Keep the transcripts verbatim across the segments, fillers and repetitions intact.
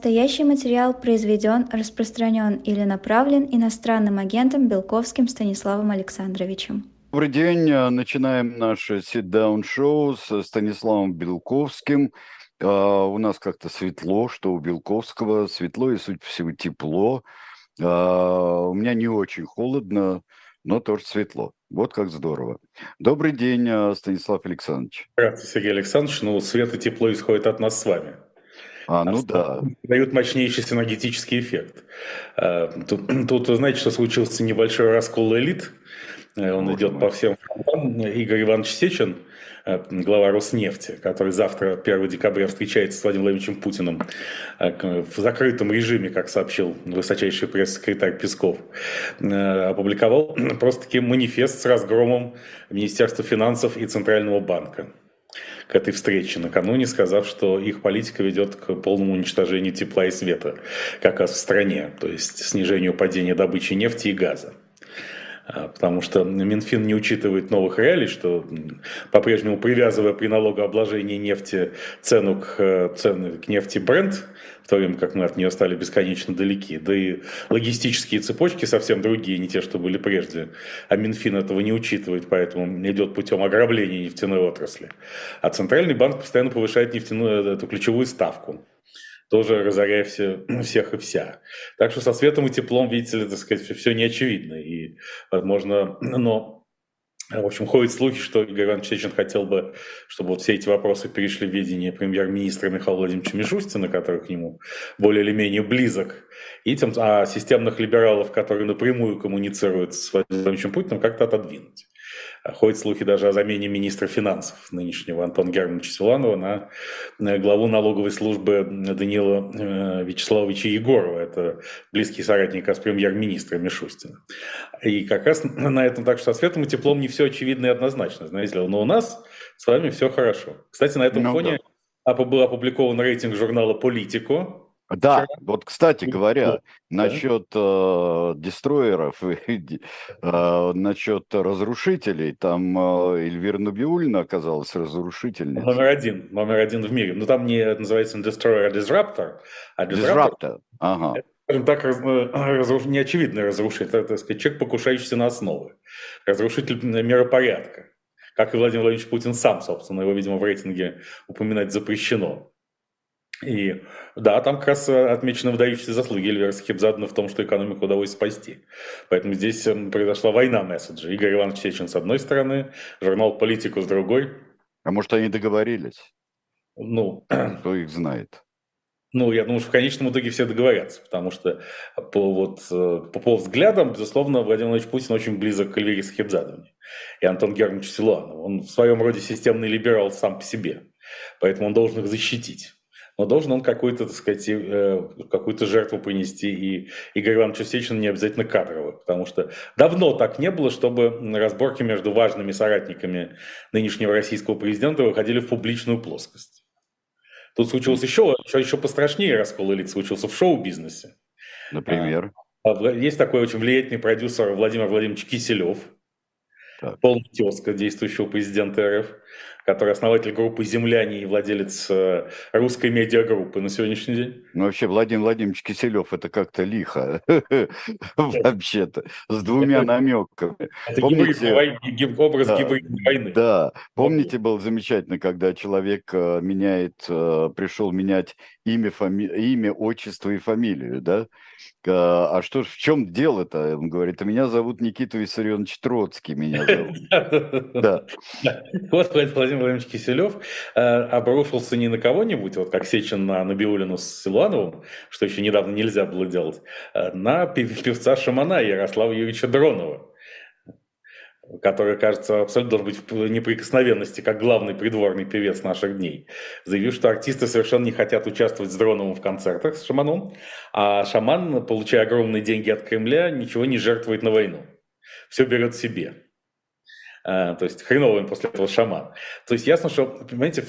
Настоящий материал произведен, распространен или направлен иностранным агентом Белковским Станиславом Александровичем. Добрый день. э, Начинаем наше sit-down-шоу с Станиславом Белковским. А, У нас как-то светло, что у Белковского светло и, судя по всему, тепло. А, У меня не очень холодно, но тоже светло. Вот как здорово. Добрый день, э, Станислав Александрович. Здравствуйте, Сергей Александрович. Ну, свет и тепло исходят от нас с вами. А, А ну в- да. дают мощнейший синергетический эффект. А, Тут, тут вы знаете, что случился небольшой раскол элит. Э, Он Боже идет мой. по всем фронтам. Игорь Иванович Сечин, э, глава Роснефти, который завтра, первого декабря, встречается с Владимиром Владимировичем Путиным э, к- в закрытом режиме, как сообщил высочайший пресс-секретарь Песков, э, опубликовал просто-таки манифест с разгромом Министерства финансов и Центрального банка к этой встрече накануне, сказав, что их политика ведет к полному уничтожению тепла и света как раз в стране, то есть снижению падения добычи нефти и газа. А, Потому что Минфин не учитывает новых реалий, что м, по-прежнему привязывая при налогообложении нефти цену к, э, цены к нефти Brent, в то время как мы от нее стали бесконечно далеки, да и логистические цепочки совсем другие, не те, что были прежде, а Минфин этого не учитывает, поэтому идет путем ограбления нефтяной отрасли. А Центральный банк постоянно повышает нефтяную, эту ключевую ставку, тоже разоряя все, всех и вся. Так что со светом и теплом, видите ли, так сказать, все не очевидно. И, возможно, но, в общем, ходят слухи, что Игорь Иванович Сечин хотел бы, чтобы вот все эти вопросы перешли в ведение премьер-министра Михаила Владимировича Мишустина, который к нему более или менее близок, и тем, а системных либералов, которые напрямую коммуницируют с Владимиром Владимировичем Путиным, как-то отодвинуть. Ходят слухи даже о замене министра финансов нынешнего Антона Германовича Силуанова на э, главу налоговой службы Даниила э, Вячеславовича Егорова. Это близкий соратник как раз премьер-министра Мишустина. И как раз на этом так что со светом и теплом не все очевидно и однозначно, знаете ли. Но у нас с вами все хорошо. Кстати, на этом Ну фоне да. опу- был опубликован рейтинг журнала «Политико» Да, вчера. вот, кстати говоря, Да. насчет э, дестройеров и ди- э, насчет разрушителей, там э, Эльвира Набиуллина оказалась разрушительницей. Номер один, номер один в мире. Но там не называется Destroyer, а Disruptor. А Disruptor, Дизраптор. Ага. скажем так, раз- э, разруш- неочевидный разрушитель. Это, так сказать, человек, покушающийся на основы. Разрушитель миропорядка. Как и Владимир Владимирович Путин сам, собственно, его, видимо, в рейтинге упоминать запрещено. И да, там как раз э, отмечены выдающиеся заслуги Эльвира Сахибзадана в том, что экономику удалось спасти. Поэтому здесь э, произошла война месседжей. Игорь Иванович Сечин с одной стороны, журнал «Политику» с другой. А может, они договорились? Ну, Кто их знает? Ну, я думаю, что в конечном итоге все договорятся, потому что по, вот, э, по, по взглядам, безусловно, Владимир Владимирович Путин очень близок к Эльвире Сахибзадовне и Антону Германовичу Силуанову. Он в своем роде системный либерал сам по себе, поэтому он должен их защитить. Но должен он какую-то, так сказать, э, какую-то жертву принести, и Игорь Иванович Сечин не обязательно кадровый, потому что давно так не было, чтобы разборки между важными соратниками нынешнего российского президента выходили в публичную плоскость. Тут случился еще, еще, еще пострашнее раскол элит, случился в шоу-бизнесе. А, Например. а Есть такой очень влиятельный продюсер Владимир Владимирович Киселев, Так. полный тезка действующего президента РФ, который основатель группы «Земляне» и владелец э, русской медиагруппы на сегодняшний день. Ну, вообще, Владимир Владимирович Киселев, это как-то лихо. Вообще-то. С двумя Это, намеками. это гибридная Помните, война, гиб- образ да, гибридной войны. да, Вот. помните, было замечательно, когда человек э, меняет, э, пришел менять имя, фами- имя, отчество и фамилию, да? А а что, ж- в чем дело-то? Он говорит, а меня зовут Никита Виссарионович Троцкий, меня зовут. Да. Да. Вот Владимир Владимирович Киселев э, обрушился не на кого-нибудь, вот как Сечин на Набиуллину с Силуановым, что еще недавно нельзя было делать, а на пев- певца шамана Ярослава Юрьевича Дронова, который, кажется, абсолютно должен быть в неприкосновенности, как главный придворный певец наших дней, заявив, что артисты совершенно не хотят участвовать с Дроновым в концертах с шаманом, а шаман, получая огромные деньги от Кремля, ничего не жертвует на войну. Все берет себе. А, то есть хреновый им после этого шаман. То есть ясно, что, понимаете,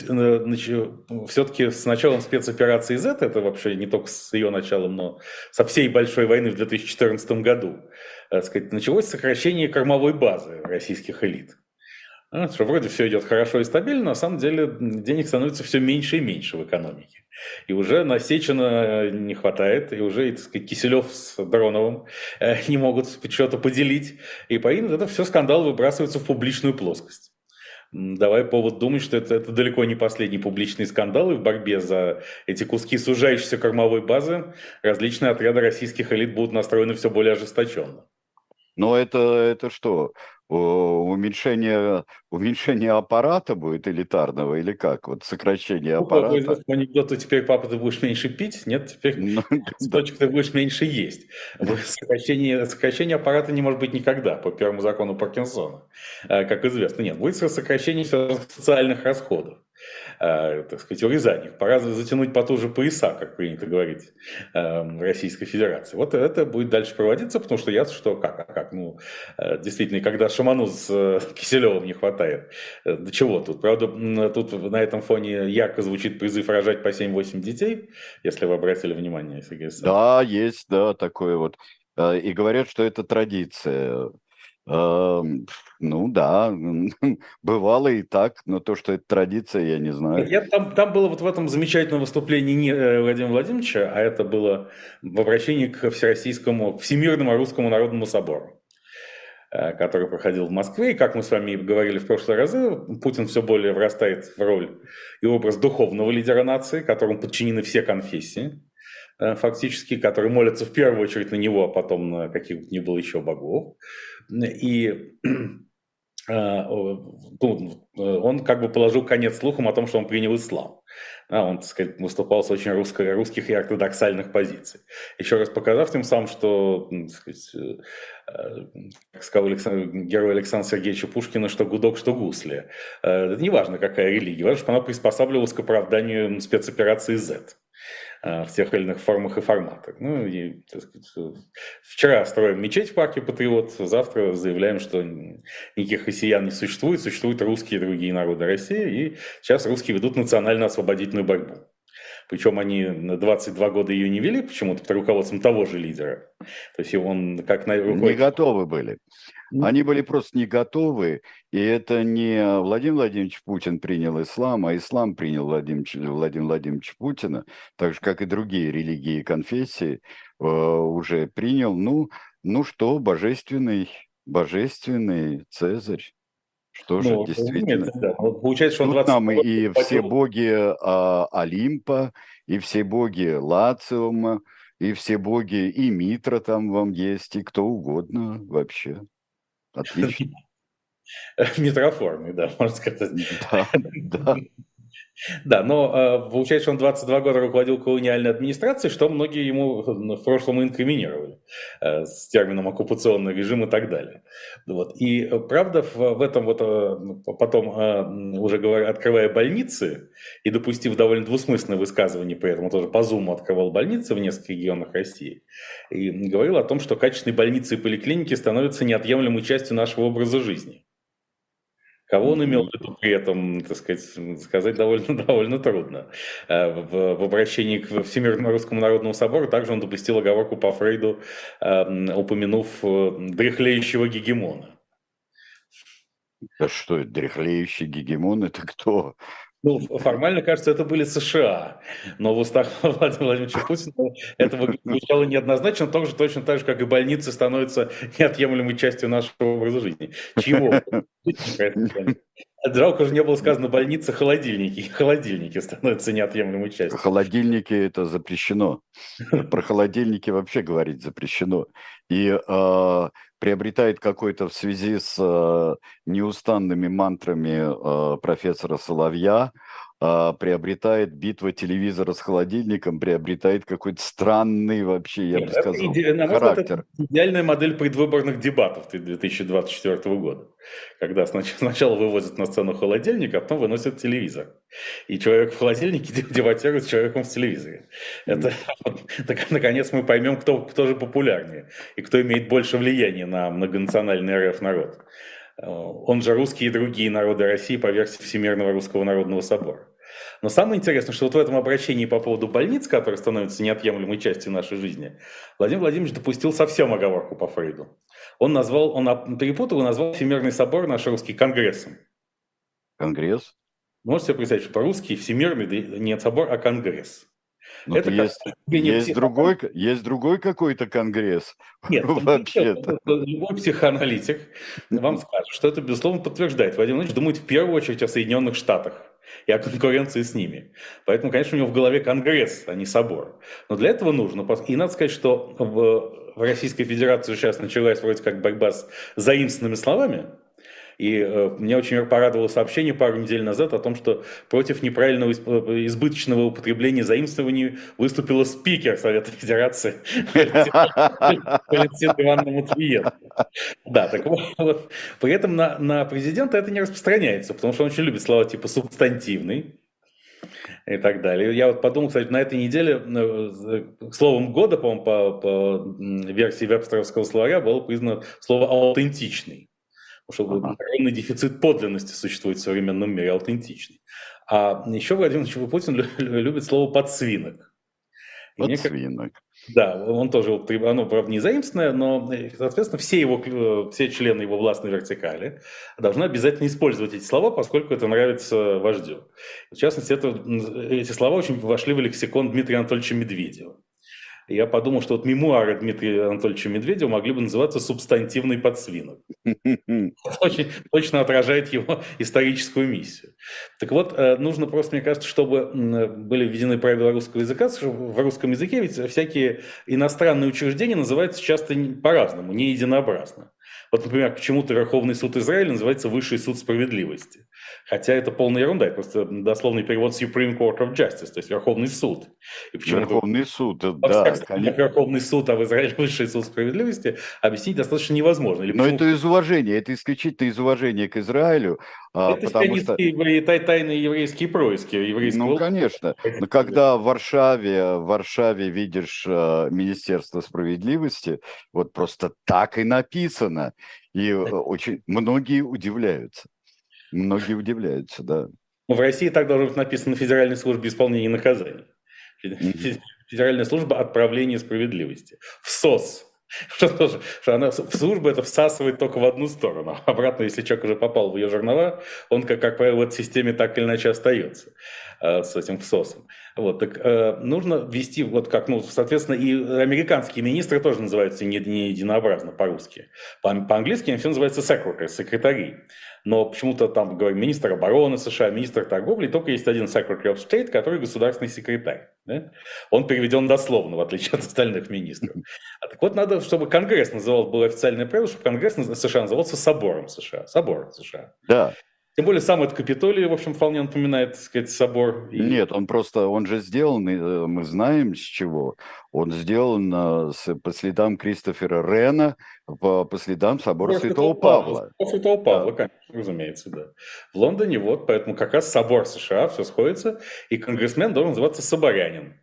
все-таки с началом спецоперации Z, это вообще не только с ее началом, но со всей большой войны в две тысячи четырнадцатом году, так сказать, началось сокращение кормовой базы российских элит. А, Что вроде все идет хорошо и стабильно, на самом деле денег становится все меньше и меньше в экономике. И уже на Сечина не хватает, и уже, так сказать, Киселев с Дроновым не могут что-то поделить. И поэтому это все скандал выбрасывается в публичную плоскость. Давай повод думать, что это, это далеко не последний публичный скандал, и в борьбе за эти куски сужающейся кормовой базы различные отряды российских элит будут настроены все более ожесточенно. Но это, это что? Уменьшение, уменьшение аппарата будет элитарного или как? Вот сокращение Ну, по аппарата? известному анекдоту, теперь, папа, ты будешь меньше пить? Нет, теперь Ну, цветочек ты будешь меньше есть. Сокращение, сокращение аппарата не может быть никогда по первому закону Паркинсона, э, как известно. Нет, будет сокращение социальных расходов. э, так сказать, урезать их. Пора затянуть потуже пояса, как принято говорить э, в Российской Федерации. Вот это будет дальше проводиться, потому что ясно, что как, а как, ну, э, действительно, и когда Шаману с э, Киселевым не хватает, э, до чего тут? Правда, тут на этом фоне ярко звучит призыв рожать по семь-восемь детей, если вы обратили внимание, Сергей Александрович. Да, есть, да, такое вот. Э, И говорят, что это традиция. Эм, Ну да, бывало и так, но то, что это традиция, я не знаю. Я, там, там было вот в этом замечательном выступлении не э, Владимира Владимировича, а это было в обращении к Всероссийскому, Всемирному Русскому Народному Собору, э, который проходил в Москве. И, как мы с вами говорили в прошлые разы, Путин все более врастает в роль и образ духовного лидера нации, которому подчинены все конфессии, э, фактически, которые молятся в первую очередь на него, а потом на каких бы ни было еще богов. И ну, он как бы положил конец слухам о том, что он принял ислам. Да, он, так сказать, выступал с очень русско- русских и ортодоксальных позиций. Еще раз показав тем самым, что, так сказать, как сказал Александр, герой Александра Сергеевича Пушкина, что гудок, что гусли. Это не важно, какая религия, важно, что она приспосабливалась к оправданию спецоперации Z в тех или иных формах и форматах. Ну, и, так сказать, вчера строим мечеть в парке Патриот, завтра заявляем, что никаких россиян не существует, существуют русские и другие народы России, и сейчас русские ведут национально-освободительную борьбу. Причем они на двадцать два года ее не вели почему-то под руководством того же лидера. То есть он как на руководитель... Не готовы были. Они были просто не готовы, и это не Владимир Владимирович Путин принял ислам, а ислам принял Владимир, Владимир Владимирович Путина, так же, как и другие религии и конфессии, э, уже принял, ну, ну что, божественный, божественный Цезарь. Что же, Ну, действительно. разумеется, да. Вот получается, что он Тут двадцать нам год и все боги а, Олимпа, и все боги Лациума, и все боги, и Митра там вам есть, и кто угодно вообще. Отлично. метроформы, да, можно сказать. Да, да. Да, но э, получается, что он двадцать два года руководил колониальной администрацией, что многие ему в прошлом инкриминировали э, с термином оккупационный режим и так далее. Вот. И э, правда в, в этом вот э, потом, э, уже говоря, открывая больницы и допустив довольно двусмысленное высказывание, при этом он тоже по зуму открывал больницы в нескольких регионах России, и говорил о том, что качественные больницы и поликлиники становятся неотъемлемой частью нашего образа жизни. Кого он имел в виду при этом, так сказать, сказать довольно, довольно трудно. В, в обращении к Всемирному Русскому Народному Собору также он допустил оговорку по Фрейду, упомянув дряхлеющего гегемона. Да что это, дряхлеющий гегемон, это кто? Ну, формально, кажется, это были США, но в устах Владимира Владимировича Путина это звучало неоднозначно, тоже точно так же, как и больницы становятся неотъемлемой частью нашего образа жизни. Чего? Жалко же не было сказано больницы, холодильники. Холодильники становятся неотъемлемой частью. Холодильники это запрещено. Про холодильники вообще говорить запрещено. И э, приобретает какой-то в связи с э, неустанными мантрами э, профессора Соловья, э, приобретает битва телевизора с холодильником, приобретает какой-то странный вообще, я Нет, бы сказал, иде... на мой взгляд, характер. это идеальная модель предвыборных дебатов две тысячи двадцать четвёртого года, когда сначала вывозят на сцену холодильник, а потом выносят телевизор. И человек в холодильнике дебатирует с человеком в телевизоре. Это, так, наконец мы поймем, кто, кто же популярнее и кто имеет больше влияния на многонациональный РФ народ. Он же русские и другие народы России по версии Всемирного Русского Народного Собора. Но самое интересное, что вот в этом обращении по поводу больниц, которые становятся неотъемлемой частью нашей жизни, Владимир Владимирович допустил совсем оговорку по Фрейду. Он назвал, он перепутал и назвал Всемирный собор наш русский конгрессом. Конгресс? Можете себе представить, что по-русски всемирный не собор, а конгресс. Но это есть, есть, псих... другой, есть другой какой-то конгресс. Нет, вообще-то. Любой психоаналитик вам скажет, что это, безусловно, подтверждает. Владимир Владимирович думает в первую очередь о Соединенных Штатах и о конкуренции с ними. Поэтому, конечно, у него в голове конгресс, а не собор. Но для этого нужно... И надо сказать, что в Российской Федерации сейчас началась вроде как борьба с заимствованными словами. И э, меня очень порадовало сообщение пару недель назад о том, что против неправильного избыточного употребления заимствований выступила спикер Совета Федерации Валентина Ивановна Матвиенко. Да, так вот. При этом на, на президента это не распространяется, потому что он очень любит слова типа «субстантивный» и так далее. Я вот подумал, кстати, на этой неделе словом года, по-моему, по, по версии Вебстеровского словаря было признано слово «аутентичный». Потому что огромный дефицит подлинности существует в современном мире, аутентичный. А еще Владимир Владимирович Путин любит слово «подсвинок». Подсвинок. Да, он тоже, оно, правда, не заимственное, но, соответственно, все, его, все члены его властной вертикали должны обязательно использовать эти слова, поскольку это нравится вождю. В частности, это, эти слова очень вошли в лексикон Дмитрия Анатольевича Медведева. Я подумал, что вот мемуары Дмитрия Анатольевича Медведева могли бы называться «Субстантивный подсвинок». Очень точно отражает его историческую миссию. Так вот, нужно просто, мне кажется, чтобы были введены правила русского языка. В русском языке ведь всякие иностранные учреждения называются часто по-разному, не единообразно. Вот, например, почему-то Верховный суд Израиля называется Высший суд справедливости. Хотя это полная ерунда, это просто дословный перевод Supreme Court of Justice, то есть Верховный суд. И Верховный суд, да, конечно. Верховный суд, а в Израиле Высший суд справедливости объяснить достаточно невозможно. Или Но это из уважения, это исключительно из уважения к Израилю. Это потому что... тайные еврейские происки. Еврейского... Ну, конечно. Но когда в Варшаве, в Варшаве видишь Министерство справедливости, вот просто так и написано. И очень многие удивляются. Многие удивляются, да. В России так должно быть написано Федеральной службе исполнения наказаний. Федеральная служба отправления справедливости. ФСОС. Что тоже, что она в службу это всасывает только в одну сторону. Обратно, если человек уже попал в ее жернова, он, как, как правило, в этой системе так или иначе остается э, с этим ФСОСом. Вот, так э, нужно ввести, вот как, ну, соответственно, и американские министры тоже называются не, не единообразно по-русски. По- по-английски они все называются secretaries, секретари. Но почему-то там, говорим, министр обороны США, министр торговли, только есть один Secretary of State, который государственный секретарь. Да? Он переведен дословно, в отличие от остальных министров. А так вот, надо, чтобы Конгресс называл, было официальное правило, чтобы Конгресс США назывался Собором США. Собор США. Да. Тем более сам этот Капитолий, в общем, вполне напоминает, так сказать, собор. И... Нет, он просто, он же сделан, мы знаем с чего. Он сделан с, по следам Кристофера Рена, по, по следам собора Святого Павла. По Святого Павла, да. Конечно, разумеется, да. В Лондоне вот, поэтому как раз собор США, все сходится, и конгрессмен должен называться соборянин.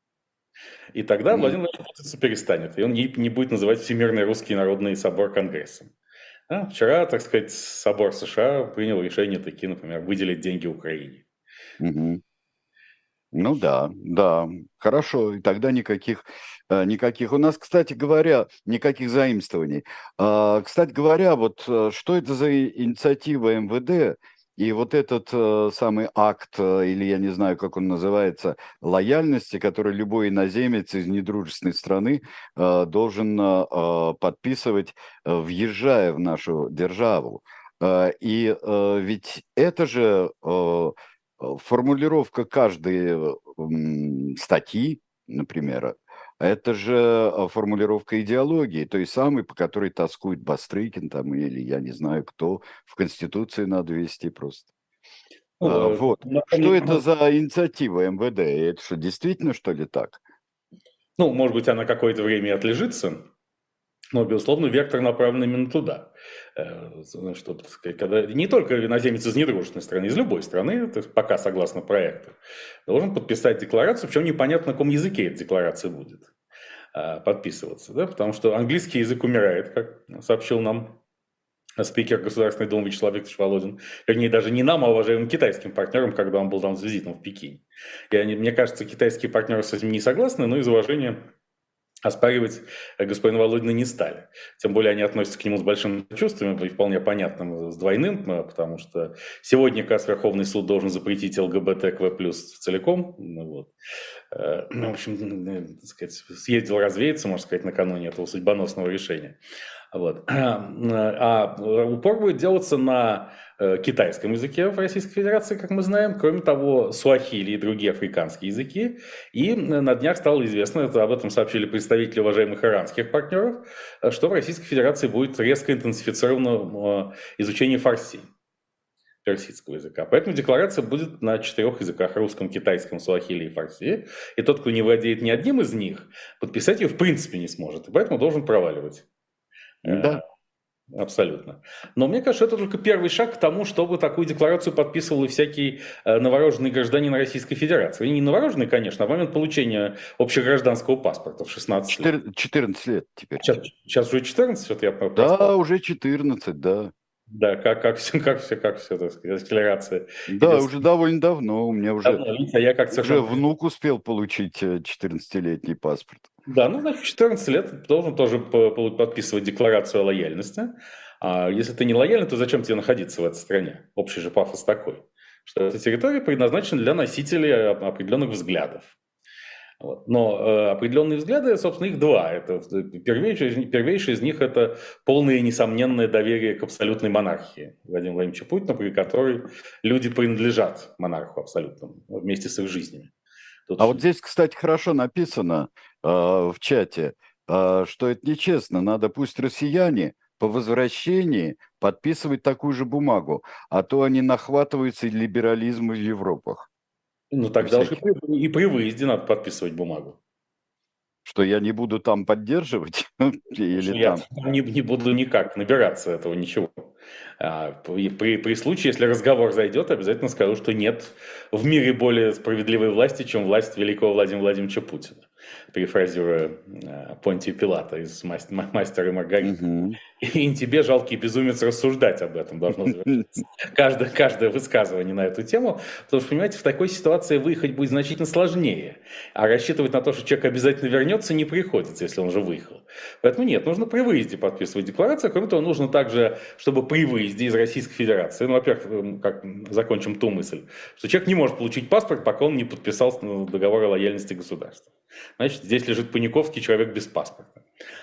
И тогда mm. Владимир Владимирович перестанет, и он не, не будет называть Всемирный русский народный собор Конгрессом. А вчера, так сказать, собор США принял решение такие, например, выделить деньги Украине. Угу. Ну да, да, хорошо, и тогда никаких, никаких. У нас, кстати говоря, никаких заимствований. Кстати говоря, вот что это за инициатива эм вэ дэ? И вот этот э, самый акт, э, или я не знаю, как он называется, лояльности, который любой иноземец из недружественной страны э, должен э, подписывать, э, въезжая в нашу державу. Э, и э, ведь это же э, формулировка каждой э, статьи, например, это же формулировка идеологии, той самой, по которой тоскует Бастрыкин там, или я не знаю кто, в Конституции надо ввести просто. Ну, а, вот. Ну, что ну, это за инициатива эм вэ дэ? Это что, действительно, что ли, так? Ну, может быть, она какое-то время отлежится, но, безусловно, вектор направлен именно туда. Что, так сказать, когда не только иноземец из недружественной страны, из любой страны, то есть пока согласно проекту, должен подписать декларацию, причем непонятно, на каком языке эта декларация будет подписываться, да? Потому что английский язык умирает, как сообщил нам спикер Государственной Думы Вячеслав Викторович Володин, вернее, даже не нам, а уважаемым китайским партнерам, когда он был там с визитом в Пекине. И они, мне кажется, китайские партнеры с этим не согласны, но из уважения оспаривать господина Володина не стали. Тем более они относятся к нему с большим чувством, и вполне понятным, с двойным, потому что сегодня как раз Верховный суд должен запретить ЛГБТКВ+ целиком. Ну, вот. Ну, в общем, так сказать, съездил развеяться, можно сказать, накануне этого судьбоносного решения. Вот. А упор будет делаться на китайском языке в Российской Федерации, как мы знаем. Кроме того, суахили и другие африканские языки. И на днях стало известно, это об этом сообщили представители уважаемых иранских партнеров, что в Российской Федерации будет резко интенсифицировано изучение фарси, персидского языка. Поэтому декларация будет на четырех языках: русском, китайском, суахили и фарси. И тот, кто не владеет ни одним из них, подписать ее в принципе не сможет. И поэтому должен проваливать. Да. Абсолютно. Но мне кажется, это только первый шаг к тому, чтобы такую декларацию подписывал и всякий новорожденный гражданин Российской Федерации. И не новорожденный, конечно, а в момент получения общегражданского паспорта в шестнадцать лет. четырнадцать лет теперь. Сейчас, сейчас уже четырнадцать, вот я проспал. Да, уже четырнадцать, да. Да, как, как все, как все, как все, так сказать, декларация. Да, идет. уже довольно давно. У меня уже, Давно, видите, а я как уже совершенно... внук успел получить четырнадцатилетний паспорт. Да, ну, значит, четырнадцать лет должен тоже подписывать декларацию о лояльности. А если ты не лояльный, то зачем тебе находиться в этой стране? Общий же пафос такой, что эта территория предназначена для носителей определенных взглядов. Вот. Но э, определенные взгляды, собственно, их два. Это, первейший, первейший из них – это полное и несомненное доверие к абсолютной монархии Владимира Владимировича Путина, при которой люди принадлежат монарху абсолютному вместе с их жизнями. Тут... А вот здесь, кстати, хорошо написано э, в чате, э, что это нечестно. Надо пусть россияне по возвращении подписывать такую же бумагу, а то они нахватываются либерализма в Европах. Ну, тогда уж и при, и при выезде надо подписывать бумагу. Что я не буду там поддерживать? Или я там? Не, не буду никак набираться этого, ничего. А, при, при, при случае, если разговор зайдет, обязательно скажу, что нет в мире более справедливой власти, чем власть великого Владимира Владимировича Путина. Перефразируя а, Понтия Пилата из «Мастера и Маргариты». Угу. И тебе, жалкий безумец, рассуждать об этом должно завершиться. Каждое, каждое высказывание на эту тему. Потому что, понимаете, в такой ситуации выехать будет значительно сложнее. А рассчитывать на то, что человек обязательно вернется, не приходится, если он уже выехал. Поэтому нет, нужно при выезде подписывать декларацию. Кроме того, нужно также, чтобы при выезде из Российской Федерации, ну, во-первых, как, закончим ту мысль, что человек не может получить паспорт, пока он не подписал договор о лояльности государства. Значит, здесь лежит Паниковский, человек без паспорта.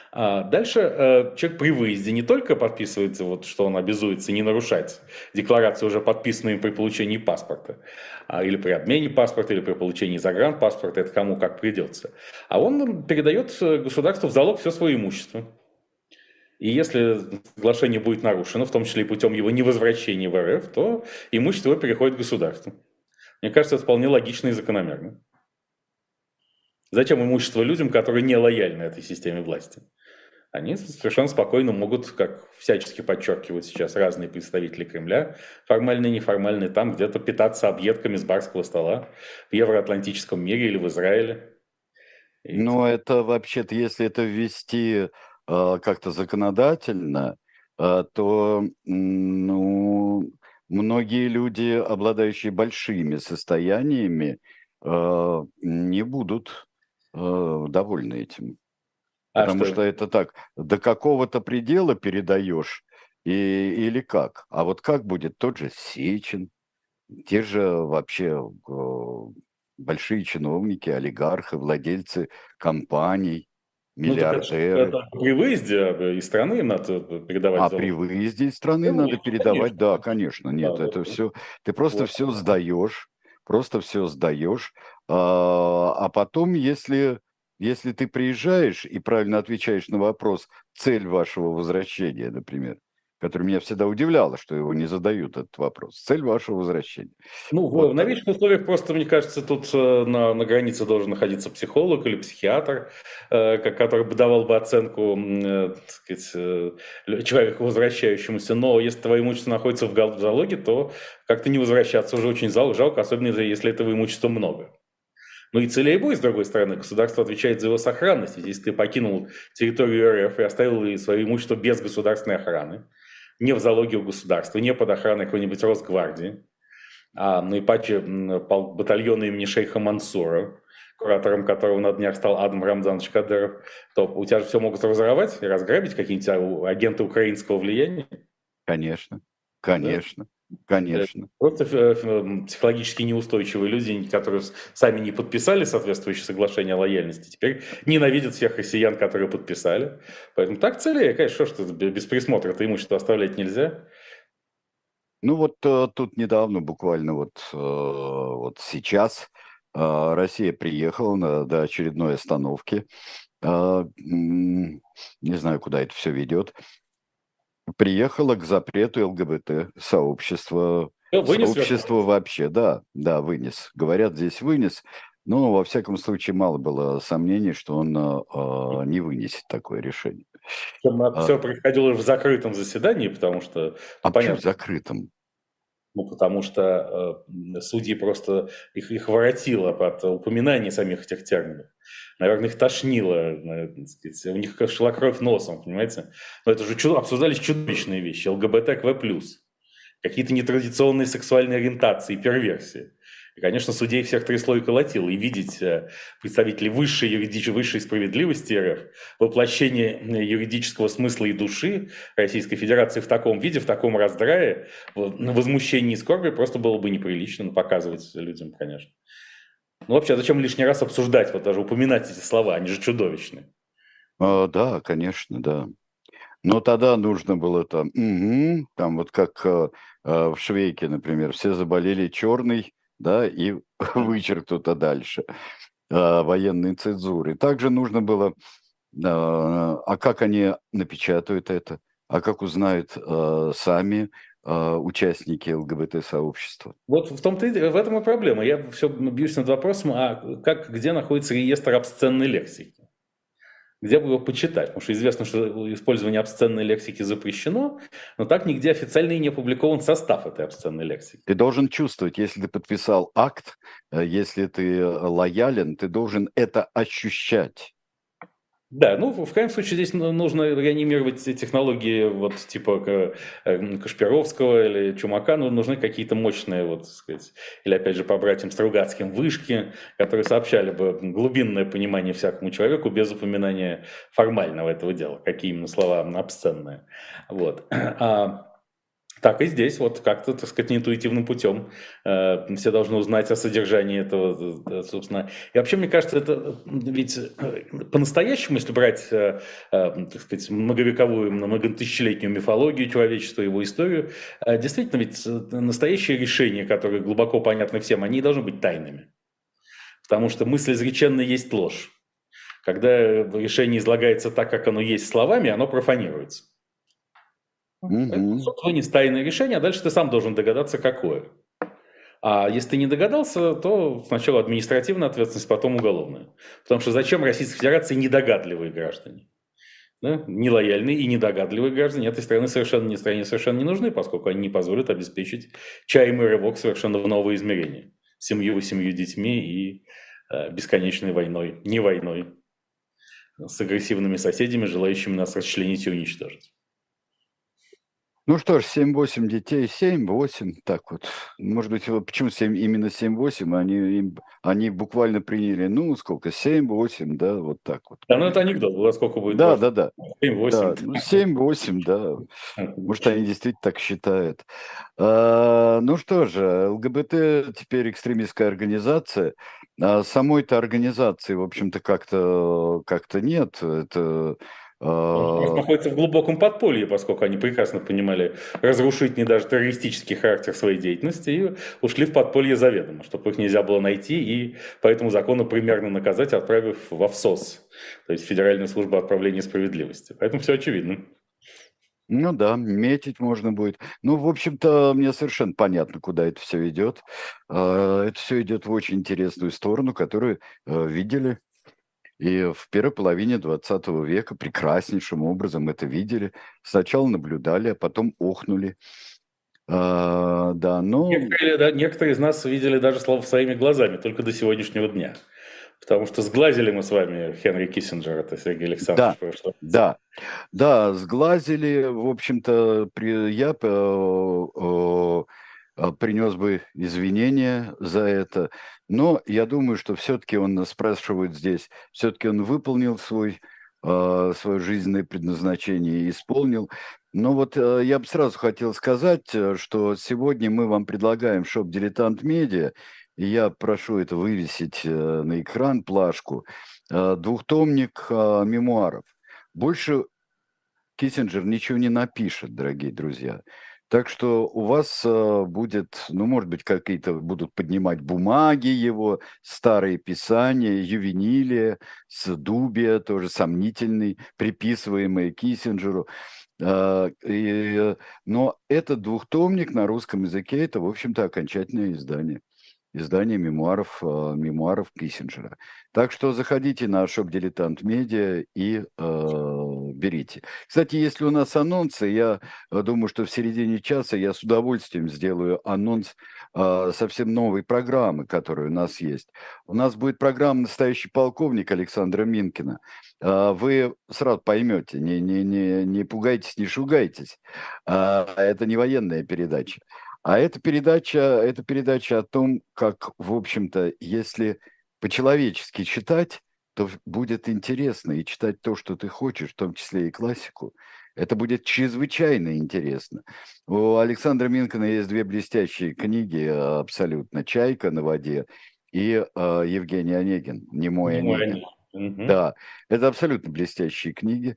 А дальше э, человек при выезде не только подписывается, вот, что он обязуется не нарушать декларацию, уже подписанную при получении паспорта, а, или при обмене паспорта, или при получении загранпаспорта, это кому как придется, а он передает государству в залог все свое имущество. И если соглашение будет нарушено, в том числе и путем его невозвращения в РФ, то имущество его переходит к государству. Мне кажется, это вполне логично и закономерно. Зачем имущество людям, которые не лояльны этой системе власти? Они совершенно спокойно могут, как всячески подчеркивают сейчас разные представители Кремля, формальные и неформальные, там где-то питаться объедками с барского стола в евроатлантическом мире или в Израиле. И... Ну, это вообще-то, если это ввести э, как-то законодательно, э, то ну, многие люди, обладающие большими состояниями, э, не будут э, довольны этим. Потому а что? что это так, до какого-то предела передаешь и, или как. А вот как будет тот же Сечин, те же вообще э, большие чиновники, олигархи, владельцы компаний, миллиардеры. Ну, это, это при выезде из страны им надо передавать. А залог. При выезде из страны ну, надо нет, передавать, конечно. Да, конечно. Нет, да, это вот, все, ты просто вот, все сдаешь, просто все сдаешь. А, а потом, если... Если ты приезжаешь и правильно отвечаешь на вопрос, цель вашего возвращения, например, который меня всегда удивляло, что его не задают этот вопрос. Цель вашего возвращения. Ну, вот. В новейших условиях просто, мне кажется, тут на, на границе должен находиться психолог или психиатр, э, который бы давал бы оценку э, так сказать, э, человеку возвращающемуся. Но если твое имущество находится в, в залоге, то как-то не возвращаться уже очень жалко, особенно если этого имущества много. Ну и целей будет, с другой стороны, государство отвечает за его сохранность. Ведь если ты покинул территорию РФ и оставил свое имущество без государственной охраны, не в залоге у государства, не под охраной какой-нибудь Росгвардии, а наипаче батальона имени шейха Мансура, куратором которого на днях стал Адам Рамзанович Кадыров, то у тебя же все могут разорвать и разграбить какие-нибудь агенты украинского влияния. Конечно, Да? конечно, конечно. Просто психологически неустойчивые люди, которые сами не подписали соответствующее соглашение о лояльности, теперь ненавидят всех россиян, которые подписали. Поэтому так целее, конечно, что без присмотра это имущество оставлять нельзя. Ну вот э, тут недавно, буквально вот, э, вот сейчас, э, Россия приехала на, до очередной остановки. Э, м, не знаю, куда это все ведет. Приехала к запрету ЛГБТ сообщества, Вынес сообщества вообще, да, да, вынес. Говорят, здесь вынес. Но, во всяком случае, мало было сомнений, что он э, не вынесет такое решение. А, Все происходило в закрытом заседании, потому что, ну, а почему понятно, закрытым? ну, потому что э, судьи просто их, их воротило под упоминание самих этих терминов. Наверное, их тошнило, э, так сказать, у них шла кровь носом, понимаете? Но это же чудо, обсуждались чудовищные вещи, ЛГБТКВ+, какие-то нетрадиционные сексуальные ориентации, перверсии. И, конечно, судей всех трясло и колотило. И видеть э, представителей высшей, юридической, высшей справедливости РФ, воплощение юридического смысла и души Российской Федерации в таком виде, в таком раздрае, в возмущении и скорби просто было бы неприлично показывать людям, конечно. Ну, вообще, зачем лишний раз обсуждать, вот даже упоминать эти слова, они же чудовищные. А, да, конечно, да. Но тогда нужно было там, угу, там вот как э, э, в Швейке, например, все заболели черный, да, и вычеркнуто дальше э, военной цензуры. Также нужно было, э, а как они напечатают это, а как узнают э, сами э, участники ЛГБТ-сообщества. Вот в том-то и в этом и проблема. Я все бьюсь над вопросом, а как, где находится реестр обсценной лексики? Где бы его почитать? Потому что известно, что использование обсценной лексики запрещено, но так нигде официально и не опубликован состав этой обсценной лексики. Ты должен чувствовать, если ты подписал акт, э, если ты лоялен, ты должен это ощущать. Да, ну в крайнем случае здесь нужно реанимировать технологии вот типа Кашпировского или Чумака, но нужны какие-то мощные, вот, так сказать, или опять же по братьям Стругацким вышки, которые сообщали бы глубинное понимание всякому человеку без упоминания формального этого дела, какие именно слова обсценные. Вот. А так и здесь, вот как-то, так сказать, интуитивным путем э, все должны узнать о содержании этого, собственно. И вообще, мне кажется, это ведь по-настоящему, если брать, э, э, так сказать, многовековую, многотысячелетнюю мифологию человечества, его историю, э, действительно, ведь настоящие решения, которые глубоко понятны всем, они должны быть тайными. Потому что мысль изреченная есть ложь. Когда решение излагается так, как оно есть словами, оно профанируется. Угу. Суд вынес тайное решение, а дальше ты сам должен догадаться, какое. А если ты не догадался, то сначала административная ответственность, потом уголовная. Потому что зачем Российской Федерации недогадливые граждане? Да? Нелояльные и недогадливые граждане этой страны совершенно, не, стране совершенно не нужны, поскольку они не позволят обеспечить чаемый рывок совершенно в новые измерения. Семью, семью детьми и э, бесконечной войной, не войной, с агрессивными соседями, желающими нас расчленить и уничтожить. Ну что ж, семь-восемь детей, семь-восемь, так вот. Может быть, почему семь, именно семь-восемь, они, им, они буквально приняли, ну, сколько, семь-восемь, да, вот так вот. Да, ну это анекдот, во сколько будет? Да, да, да. семь-восемь. Да, ну, семь-восемь, да. Может, они действительно так считают. А, ну что же, ЛГБТ теперь экстремистская организация. А самой-то организации, в общем-то, как-то как-то нет. Это... Он находится в глубоком подполье, поскольку они прекрасно понимали разрушительный, даже террористический характер своей деятельности и ушли в подполье заведомо, чтобы их нельзя было найти и по этому закону примерно наказать, отправив в ФСОС, то есть Федеральную службу отправления справедливости. Поэтому все очевидно. Ну да, метить можно будет. Ну, в общем-то, мне совершенно понятно, куда это все идет. Это все идет в очень интересную сторону, которую видели. И в первой половине двадцатого века прекраснейшим образом это видели. Сначала наблюдали, а потом охнули. А, да, но... Некоторые, да, некоторые из нас видели даже своими глазами, только до сегодняшнего дня. Потому что сглазили мы с вами Хенри Киссинджера, это Сергей Александрович. Да, да, да, сглазили, в общем-то, при, я... Э, э, принес бы извинения за это. Но я думаю, что все-таки он спрашивает здесь, все-таки он выполнил свой, свое жизненное предназначение и исполнил. Но вот я бы сразу хотел сказать, что сегодня мы вам предлагаем шоп «Дилетант Медиа», и я прошу это вывесить на экран, плашку, двухтомник мемуаров. Больше Киссинджер ничего не напишет, дорогие друзья. Так что у вас э, будет, ну, может быть, какие-то будут поднимать бумаги его, старые писания, ювенилия, с Дубия, тоже сомнительный, приписываемые Киссинджеру. Э, и, но этот двухтомник на русском языке – это, в общем-то, окончательное издание. Издание мемуаров, э, мемуаров Киссинджера. Так что заходите на шоп «Дилетант Медиа» и э, берите. Кстати, если у нас анонсы, я думаю, что в середине часа я с удовольствием сделаю анонс э, совсем новой программы, которая у нас есть. У нас будет программа «Настоящий полковник» Александра Минкина. Э, вы сразу поймете, не, не, не, не пугайтесь, не шугайтесь. Э, это не военная передача. А эта передача, это передача о том, как, в общем-то, если по-человечески читать, то будет интересно и читать то, что ты хочешь, в том числе и классику. Это будет чрезвычайно интересно. У Александра Минкина есть две блестящие книги абсолютно «Чайка на воде» и э, Евгений Онегин «Немой Онегин». Угу. Да, это абсолютно блестящие книги.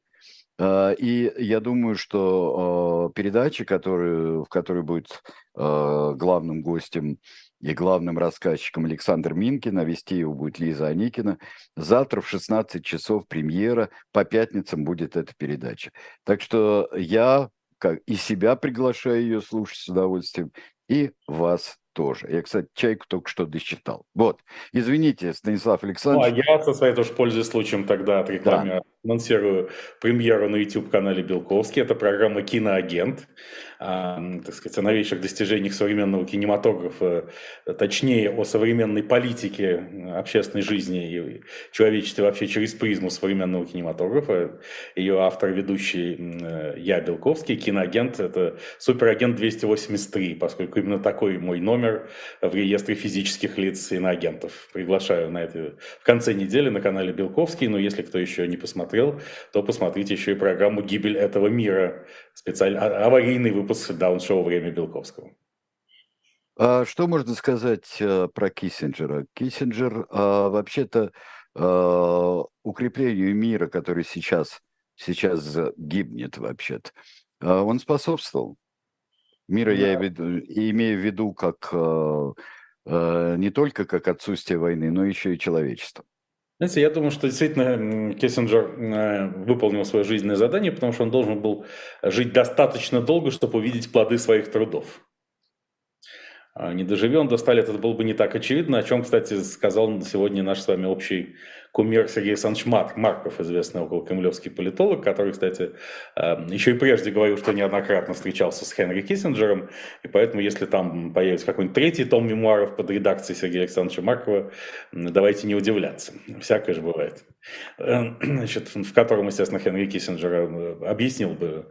И я думаю, что передача, которую, в которой будет главным гостем и главным рассказчиком Александр Минкин, а вести его будет Лиза Аникина, завтра в шестнадцать часов премьера, по пятницам будет эта передача. Так что я как, и себя приглашаю ее слушать с удовольствием, и вас тоже. Я, кстати, «Чайку» только что досчитал. Вот. Извините, Станислав Александрович. Ну, а я, со своей тоже пользуясь случаем, тогда отрекламирую, да. анонсирую премьеру на YouTube-канале Белковский. Это программа «Киноагент». А, так сказать, о новейших достижениях современного кинематографа, точнее, о современной политике общественной жизни и человечестве вообще через призму современного кинематографа. Ее автор, ведущий я, Белковский. «Киноагент» — это суперагент двести восемьдесят три, поскольку именно такой мой номер в реестре физических лиц иноагентов. Приглашаю на это в конце недели на канале Белковский, но если кто еще не посмотрел, то посмотрите еще и программу «Гибель этого мира», специально аварийный выпуск даун-шоу «Время Белковского». А что можно сказать а, про Киссинджера? Киссинджер а, вообще-то а, укреплению мира, который сейчас, сейчас гибнет вообще-то, а, он способствовал. Мира да. Я имею в виду как а, а, не только как отсутствие войны, но еще и человечество. Знаете, я думаю, что действительно Киссинджер выполнил свое жизненное задание, потому что он должен был жить достаточно долго, чтобы увидеть плоды своих трудов. Не доживем он до ста лет, это было бы не так очевидно, о чем, кстати, сказал сегодня наш с вами общий кумир Сергей Александрович Марков, известный околокремлевский политолог, который, кстати, еще и прежде говорил, что неоднократно встречался с Хенри Киссинджером, и поэтому, если там появится какой-нибудь третий том мемуаров под редакцией Сергея Александровича Маркова, давайте не удивляться, всякое же бывает. Значит, в котором, естественно, Хенри Киссинджер объяснил бы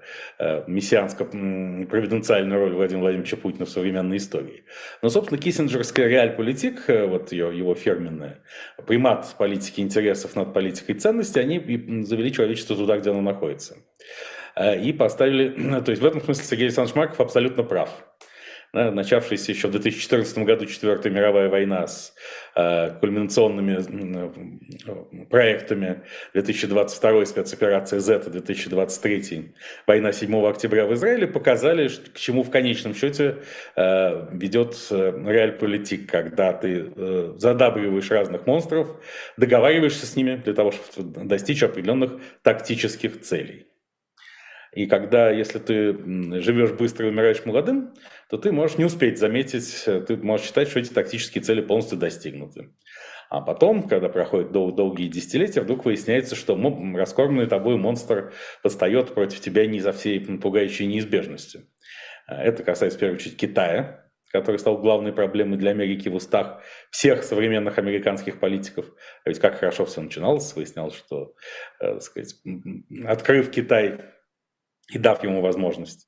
мессианско-провиденциальную роль Владимира Владимировича Путина в современной истории. Но, собственно, киссинджерская реальполитик, вот ее, его фирменная, примат политики интересов над политикой ценностей, они завели человечество туда, где оно находится. И поставили, то есть в этом смысле Сергей Александрович Марков абсолютно прав. Начавшаяся еще в две тысячи четырнадцатом году Четвертая мировая война с э, кульминационными э, проектами две тысячи двадцать второй, спецоперация «Зета», две тысячи двадцать третий, война седьмого октября в Израиле показали, к чему в конечном счете э, ведет э, реальполитик, когда ты э, задабриваешь разных монстров, договариваешься с ними для того, чтобы достичь определенных тактических целей. И когда, если ты живешь быстро и умираешь молодым, то ты можешь не успеть заметить, ты можешь считать, что эти тактические цели полностью достигнуты. А потом, когда проходят дол- долгие десятилетия, вдруг выясняется, что раскормленный тобой монстр восстает против тебя не за всей пугающей неизбежностью. Это касается, в первую очередь, Китая, который стал главной проблемой для Америки в устах всех современных американских политиков. А ведь как хорошо все начиналось, выяснялось, что, так сказать, открыв Китай и дав ему возможность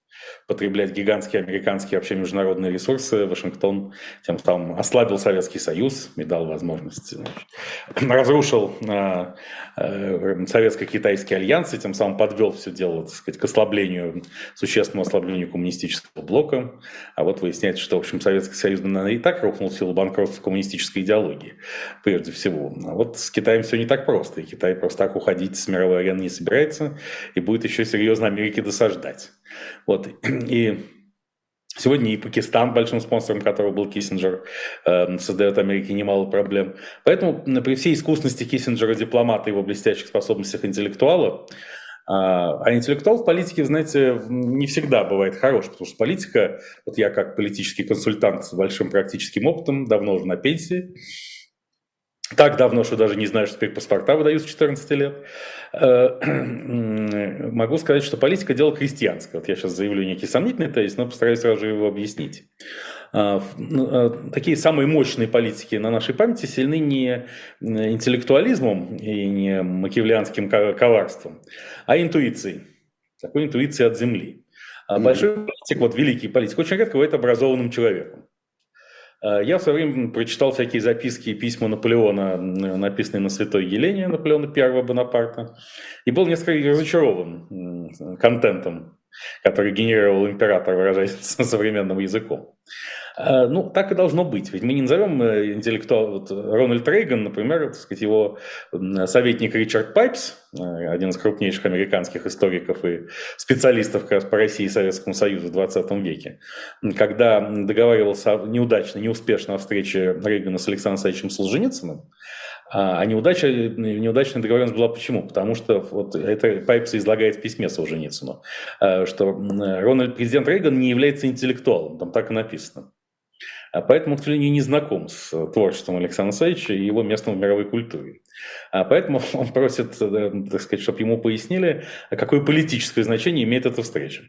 потреблять гигантские американские вообще международные ресурсы, Вашингтон тем самым ослабил Советский Союз и дал возможность, значит, разрушил э, э, советско-китайский альянс и тем самым подвел все дело, так сказать, к ослаблению, существенному ослаблению коммунистического блока. А вот выясняется, что, в общем, Советский Союз, наверное, и так рухнул в силу банкротства коммунистической идеологии, прежде всего. А вот с Китаем все не так просто, и Китай просто так уходить с мировой арены не собирается и будет еще серьезно Америке досаждать. Вот, и сегодня и Пакистан, большим спонсором которого был Киссинджер, э, создает Америке немало проблем. Поэтому при всей искусности Киссинджера, дипломата, его блестящих способностях интеллектуала, э, а интеллектуал в политике, знаете, не всегда бывает хорош, потому что политика, вот я как политический консультант с большим практическим опытом, давно уже на пенсии, так давно, что даже не знаю, что теперь паспорта выдают с четырнадцати лет. Могу сказать, что политика – дело крестьянское. Вот я сейчас заявлю некий сомнительный тезис, но постараюсь сразу же его объяснить. Такие самые мощные политики на нашей памяти сильны не интеллектуализмом и не макиавеллианским коварством, а интуицией. Такой интуицией от земли. А большой политик, вот великий политик, очень редко бывает образованным человеком. Я в свое время прочитал всякие записки и письма Наполеона, написанные на Святой Елене, Наполеона Первого Бонапарта, и был несколько разочарован контентом, который генерировал император, выражаясь современным языком. Ну, так и должно быть. Ведь мы не назовем интеллектуал... Вот Рональд Рейган, например, так сказать, его советник Ричард Пайпс, один из крупнейших американских историков и специалистов как раз по России и Советскому Союзу в двадцатом веке, когда договаривался неудачно, неуспешно о встрече Рейгана с Александром Александровичем Солженицыным, а неудача, неудачная договоренность была почему? Потому что вот это Пайпс излагает в письме Солженицыну, что Рональд, президент Рейган не является интеллектуалом, там так и написано. А поэтому, к сожалению, не знаком с творчеством Александра Александровича и его местом в мировой культуре. А поэтому он просит, так сказать, чтобы ему пояснили, какое политическое значение имеет эта встреча.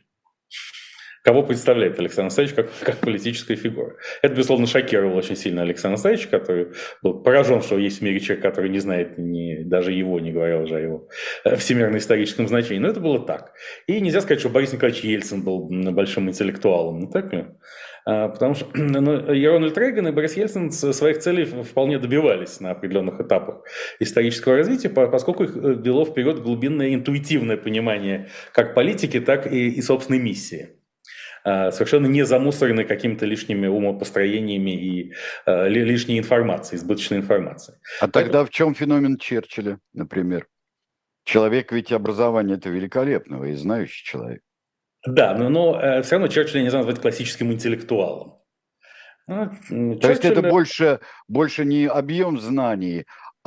Кого представляет Александр Александрович как, как политическая фигура. Это, безусловно, шокировало очень сильно Александра Александровича, который был поражен, что есть в мире человек, который не знает ни, даже его, не говоря уже о его всемирно-историческом значении. Но это было так. И нельзя сказать, что Борис Николаевич Ельцин был большим интеллектуалом, не так ли? Потому что ну, и Рональд Рейган, и Борис Ельцин своих целей вполне добивались на определенных этапах исторического развития, поскольку их вело вперед глубинное интуитивное понимание как политики, так и, и собственной миссии. Совершенно не замусорены какими-то лишними умопостроениями и э, лишней информацией, избыточной информацией. А тогда в чем феномен Черчилля, например? Человек ведь образование это великолепного и знающий человек. Да, но, но э, все равно Черчилля нельзя назвать классическим интеллектуалом. Ну, Черчилль... То есть это больше, больше не объем знаний,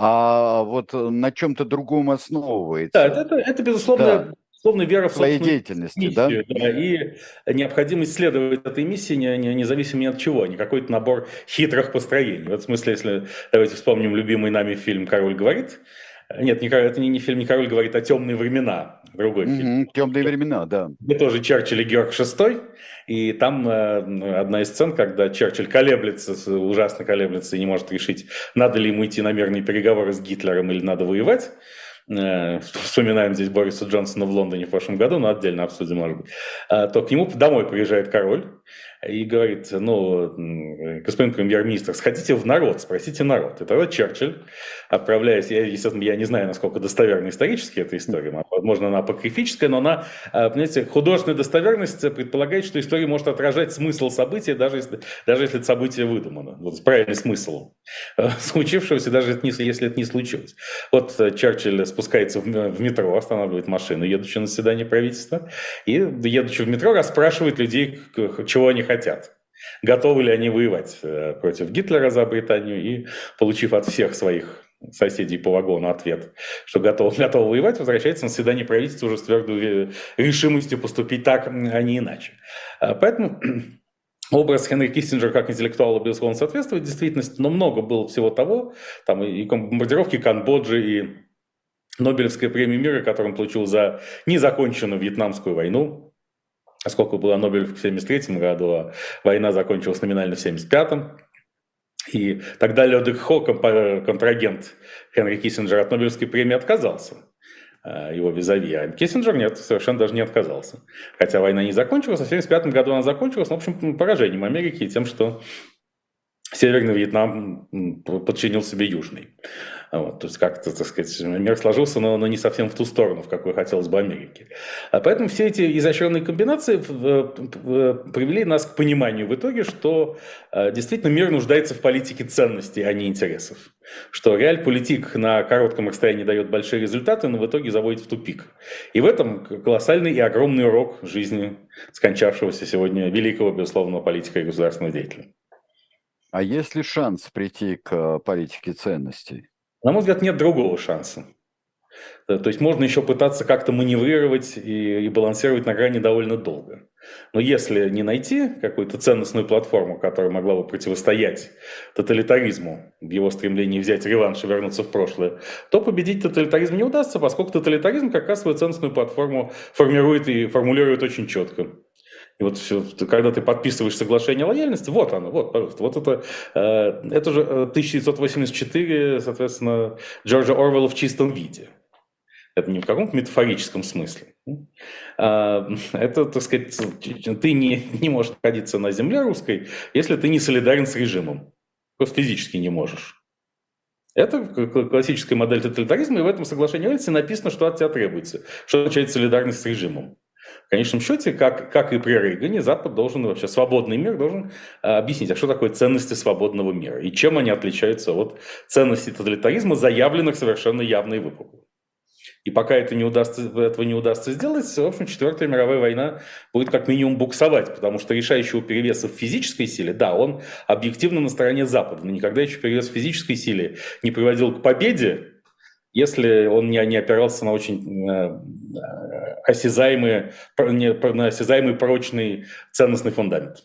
а вот на чем-то другом основывается. Да, это, это безусловно... Да. Условно, вера в своей деятельности, миссию, да? Да, и необходимость следовать этой миссии не, не, независимо ни от чего, не какой-то набор хитрых построений. В этом смысле, если давайте вспомним любимый нами фильм «Король говорит». Нет, не, это не, не фильм «Не король говорит», а «Темные времена», другой mm-hmm. фильм. «Темные времена», да. Это тоже Черчилль и Георг шестой, и там э, одна из сцен, когда Черчилль колеблется, ужасно колеблется и не может решить, надо ли ему идти на мирные переговоры с Гитлером или надо воевать. Вспоминаем здесь Бориса Джонсона в Лондоне в прошлом году, но отдельно обсудим, может быть. То к нему домой приезжает король и говорит: ну, господин премьер-министр, сходите в народ, спросите народ. И тогда Черчилль, отправляясь, я, естественно, я не знаю, насколько достоверна исторически эта история, возможно, она апокрифическая, но она, понимаете, художественная достоверность предполагает, что история может отражать смысл события, даже если, даже если это событие выдумано. Вот правильный смысл случившегося, даже если это не случилось. Вот Черчилль спускается в, в метро, останавливает машину, едучи на заседание правительства, и, едучи в метро, расспрашивает людей, чего они хотят. Готовы ли они воевать против Гитлера за Британию, и, получив от всех своих соседей по вагону ответ, что готов, готов воевать, возвращается на заседание правительства уже с твердой решимостью поступить так, а не иначе. Поэтому образ Хенри Киссинджера как интеллектуала, безусловно, соответствует действительности, но много было всего того, там и бомбардировки Камбоджи, и Нобелевская премия мира, которую он получил за незаконченную Вьетнамскую войну, поскольку была Нобелевка в семьдесят третьем году, а война закончилась номинально в семьдесят пятом. И тогда Лёдвиг Хо, контрагент Хенри Киссинджера, от Нобелевской премии отказался. его визави. А Киссинджер нет, совершенно даже не отказался. Хотя война не закончилась, а в тысяча девятьсот семьдесят пятом году она закончилась, ну, в общем, поражением Америки и тем, что Северный Вьетнам подчинил себе Южный. Вот, то есть как-то, так сказать, мир сложился, но, но не совсем в ту сторону, в какую хотелось бы Америке. А поэтому все эти изощренные комбинации привели нас к пониманию в итоге, что действительно мир нуждается в политике ценностей, а не интересов. Что реальполитик на коротком расстоянии дает большие результаты, но в итоге заводит в тупик. И в этом колоссальный и огромный урок жизни скончавшегося сегодня великого, безусловно, политика и государственного деятеля. А есть ли шанс прийти к политике ценностей? На мой взгляд, нет другого шанса. То есть можно еще пытаться как-то маневрировать и, и балансировать на грани довольно долго. Но если не найти какую-то ценностную платформу, которая могла бы противостоять тоталитаризму в его стремлении взять реванш и вернуться в прошлое, то победить тоталитаризм не удастся, поскольку тоталитаризм как раз свою ценностную платформу формирует и формулирует очень четко. И вот все, когда ты подписываешь соглашение о лояльности, вот оно, вот, пожалуйста, вот это, э, это же тысяча девятьсот восемьдесят четыре, соответственно, Джорджа Орвелла в чистом виде. Это не в каком-то метафорическом смысле. А, это, так сказать, ты не, не можешь находиться на земле русской, если ты не солидарен с режимом. Просто физически не можешь. Это классическая модель тоталитаризма, и в этом соглашении о лояльности написано, что от тебя требуется, что означает солидарность с режимом. В конечном счете, как, как и при Рейгане, Запад должен, вообще свободный мир должен а, объяснить, а что такое ценности свободного мира и чем они отличаются от ценностей тоталитаризма, заявленных совершенно явно и выпукло. И пока это не удастся, этого не удастся сделать, в общем, Четвертая мировая война будет как минимум буксовать, потому что решающего перевеса в физической силе, да, он объективно на стороне Запада, но никогда еще перевес в физической силе не приводил к победе, если он не, не опирался на очень э, осязаемый, не, на осязаемый прочный ценностный фундамент.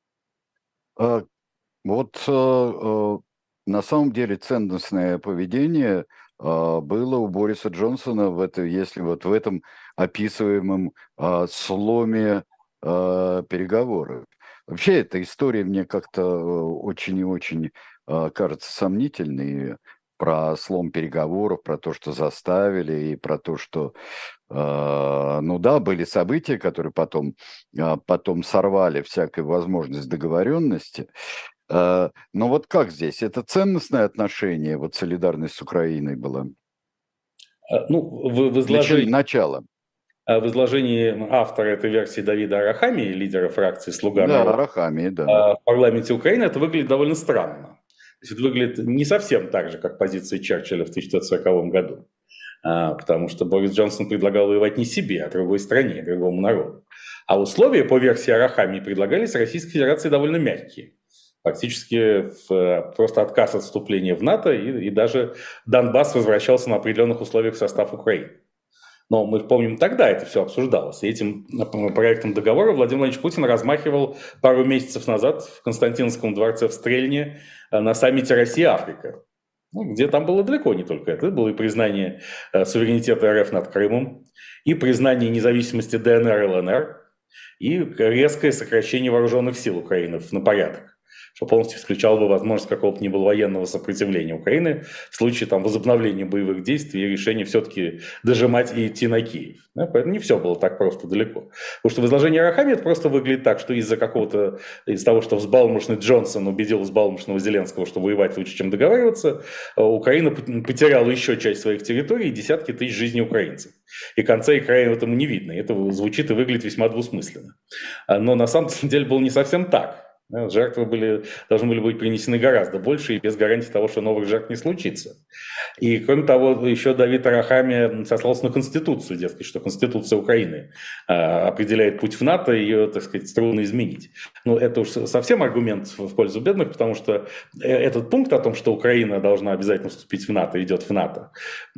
А, вот а, на самом деле ценностное поведение а, было у Бориса Джонсона, в это, если вот в этом описываемом а, сломе а, переговоров. Вообще эта история мне как-то очень и очень а, кажется сомнительной. Про слом переговоров, про то, что заставили, и про то, что, э, ну да, были события, которые потом, э, потом сорвали всякую возможность договоренности. Э, но вот как здесь? Это ценностное отношение, вот солидарность с Украиной была? Ну, в, в изложении... Начало. В изложении автора этой версии Давида Арахамии, лидера фракции «Слуга да, народа», Арахамии, да. в парламенте Украины, это выглядит довольно странно. То есть это выглядит не совсем так же, как позиция Черчилля в тысяча девятьсот сороковом году. А, потому что Борис Джонсон предлагал воевать не себе, а другой стране, другому народу. А условия по версии Арахамии предлагались Российской Федерации довольно мягкие. Фактически в, просто отказ от вступления в НАТО, и, и даже Донбасс возвращался на определенных условиях в состав Украины. Но мы помним, тогда это все обсуждалось. И этим проектом договора Владимир Владимирович Путин размахивал пару месяцев назад в Константиновском дворце в Стрельне на саммите Россия-Африка. Ну, где там было далеко не только это. Это было и признание суверенитета РФ над Крымом, и признание независимости ДНР и ЛНР, и резкое сокращение вооруженных сил Украины на порядок, что полностью исключало бы возможность какого-то ни было военного сопротивления Украины в случае там, возобновления боевых действий и решения все-таки дожимать и идти на Киев. Да, поэтому не все было так просто далеко. Потому что в изложении Арахамии это просто выглядит так, что из-за какого-то, из того, что взбалмошный Джонсон убедил взбалмошного Зеленского, что воевать лучше, чем договариваться, Украина потеряла еще часть своих территорий и десятки тысяч жизней украинцев. И конца и края этому не видно. И это звучит и выглядит весьма двусмысленно. Но на самом деле было не совсем так. Жертвы были, должны были быть принесены гораздо больше и без гарантии того, что новых жертв не случится. И кроме того, еще Давид Арахамия сослался на Конституцию, дескать, что Конституция Украины а, определяет путь в НАТО, и ее, так сказать, трудно изменить. Но это уж совсем аргумент в пользу бедных, потому что этот пункт о том, что Украина должна обязательно вступить в НАТО, идет в НАТО,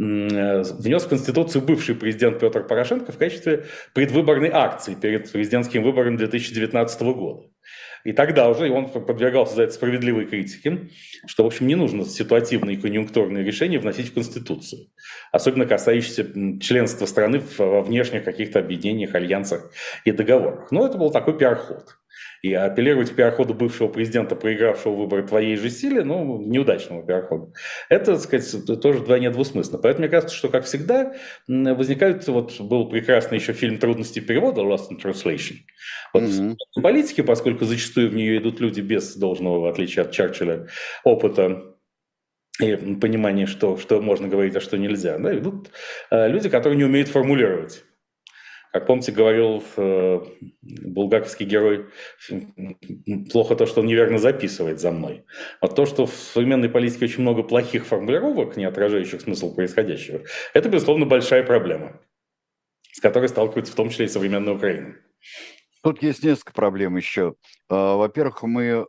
внес в Конституцию бывший президент Петр Порошенко в качестве предвыборной акции перед президентским выбором две тысячи девятнадцатого года. И тогда уже он подвергался за это справедливой критике, что, в общем, не нужно ситуативные и конъюнктурные решения вносить в Конституцию, особенно касающиеся членства страны во внешних каких-то объединениях, альянсах и договорах. Но это был такой пиар-ход. И апеллировать к переходу бывшего президента, проигравшего выборы, твоей же силе, ну, неудачного перехода, это, так сказать, тоже вдвойне двусмысленно. Поэтому мне кажется, что, как всегда, возникают, вот был прекрасный еще фильм «Трудности перевода» Lost in Translation. Вот mm-hmm. в политике, поскольку зачастую в нее идут люди без должного, в отличие от Черчилля, опыта и понимания, что, что можно говорить, а что нельзя, да, идут э, люди, которые не умеют формулировать. Как помните, говорил э, булгаковский герой, плохо то, что он неверно записывает за мной. Вот то, что в современной политике очень много плохих формулировок, не отражающих смысл происходящего, это, безусловно, большая проблема, с которой сталкивается в том числе и современная Украина. Тут есть несколько проблем еще. Во-первых, мы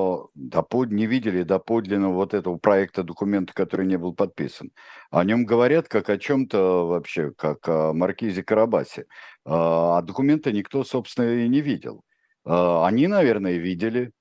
не видели доподлинного вот этого проекта документа, который не был подписан. О нем говорят как о чем-то вообще, как о маркизе Карабасе. А документа никто, собственно, и не видел. Они, наверное, видели.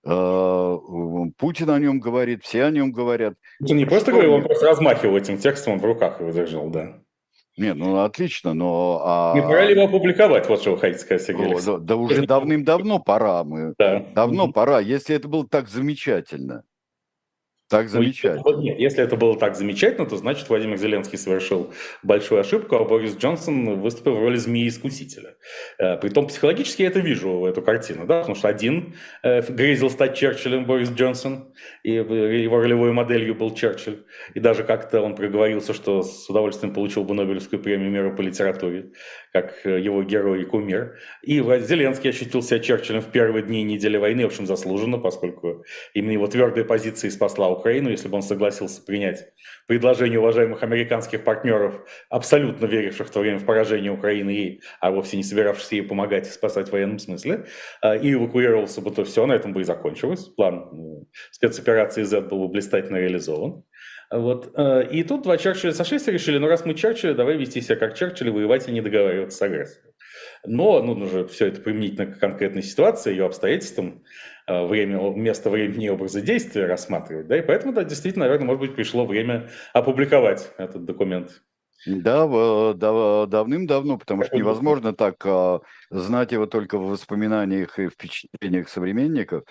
Путин о нем говорит, все о нем говорят. Путин не просто говорил, он просто размахивал этим текстом, он в руках его держал, да. Нет, ну отлично, но... А... Не пора ли его опубликовать, вот что вы хотите сказать, Сергей Алексеевич? Да, да уже давным-давно пора. Мы... Да. Давно угу. пора, если это было так замечательно. Так замечательно. Ну, нет, если это было так замечательно, то значит Владимир Зеленский совершил большую ошибку, а Борис Джонсон выступил в роли змеи-искусителя. Притом психологически я это вижу, эту картину, да, потому что один э, грезил стать Черчиллем, Борис Джонсон, и его ролевой моделью был Черчилль. И даже как-то он проговорился, что с удовольствием получил бы Нобелевскую премию мира по литературе, как его герой и кумир. И Зеленский ощутил себя Черчиллем в первые дни и недели войны, в общем, заслуженно, поскольку именно его твердая позиция спасла Украину, если бы он согласился принять предложение уважаемых американских партнеров, абсолютно веривших в то время в поражение Украины, а вовсе не собиравшихся ей помогать и спасать в военном смысле, и эвакуировался бы, то все, на этом бы и закончилось. План спецоперации Z был бы блистательно реализован. Вот. И тут два Черчилля сошлись и решили, ну раз мы Черчилля, давай вести себя как Черчилль, воевать и не договариваться с агрессором. Но нужно же все это применительно к конкретной ситуации, ее обстоятельствам, время, место, времени и образы действия рассматривать. Да? И поэтому, да, действительно, наверное, может быть, пришло время опубликовать этот документ. Да, да, давным-давно, потому что невозможно так знать его только в воспоминаниях и впечатлениях современников.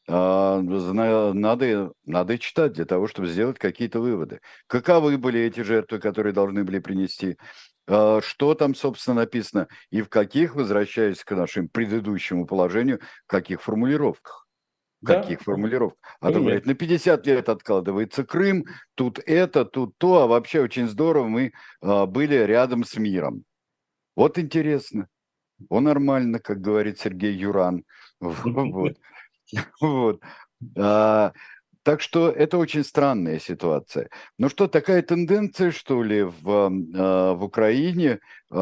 Надо, надо читать для того, чтобы сделать какие-то выводы. Каковы были эти жертвы, которые должны были принести? Что там, собственно, написано? И в каких, возвращаясь к нашему предыдущему положению, в каких формулировках? В да. каких формулировках? А то, говорят, на пятьдесят лет откладывается Крым, тут это, тут то, а вообще очень здорово, мы были рядом с миром. Вот интересно. О, нормально, как говорит Сергей Юран. Вот. Вот. А, так что это очень странная ситуация. Ну что, такая тенденция, что ли, в, в Украине,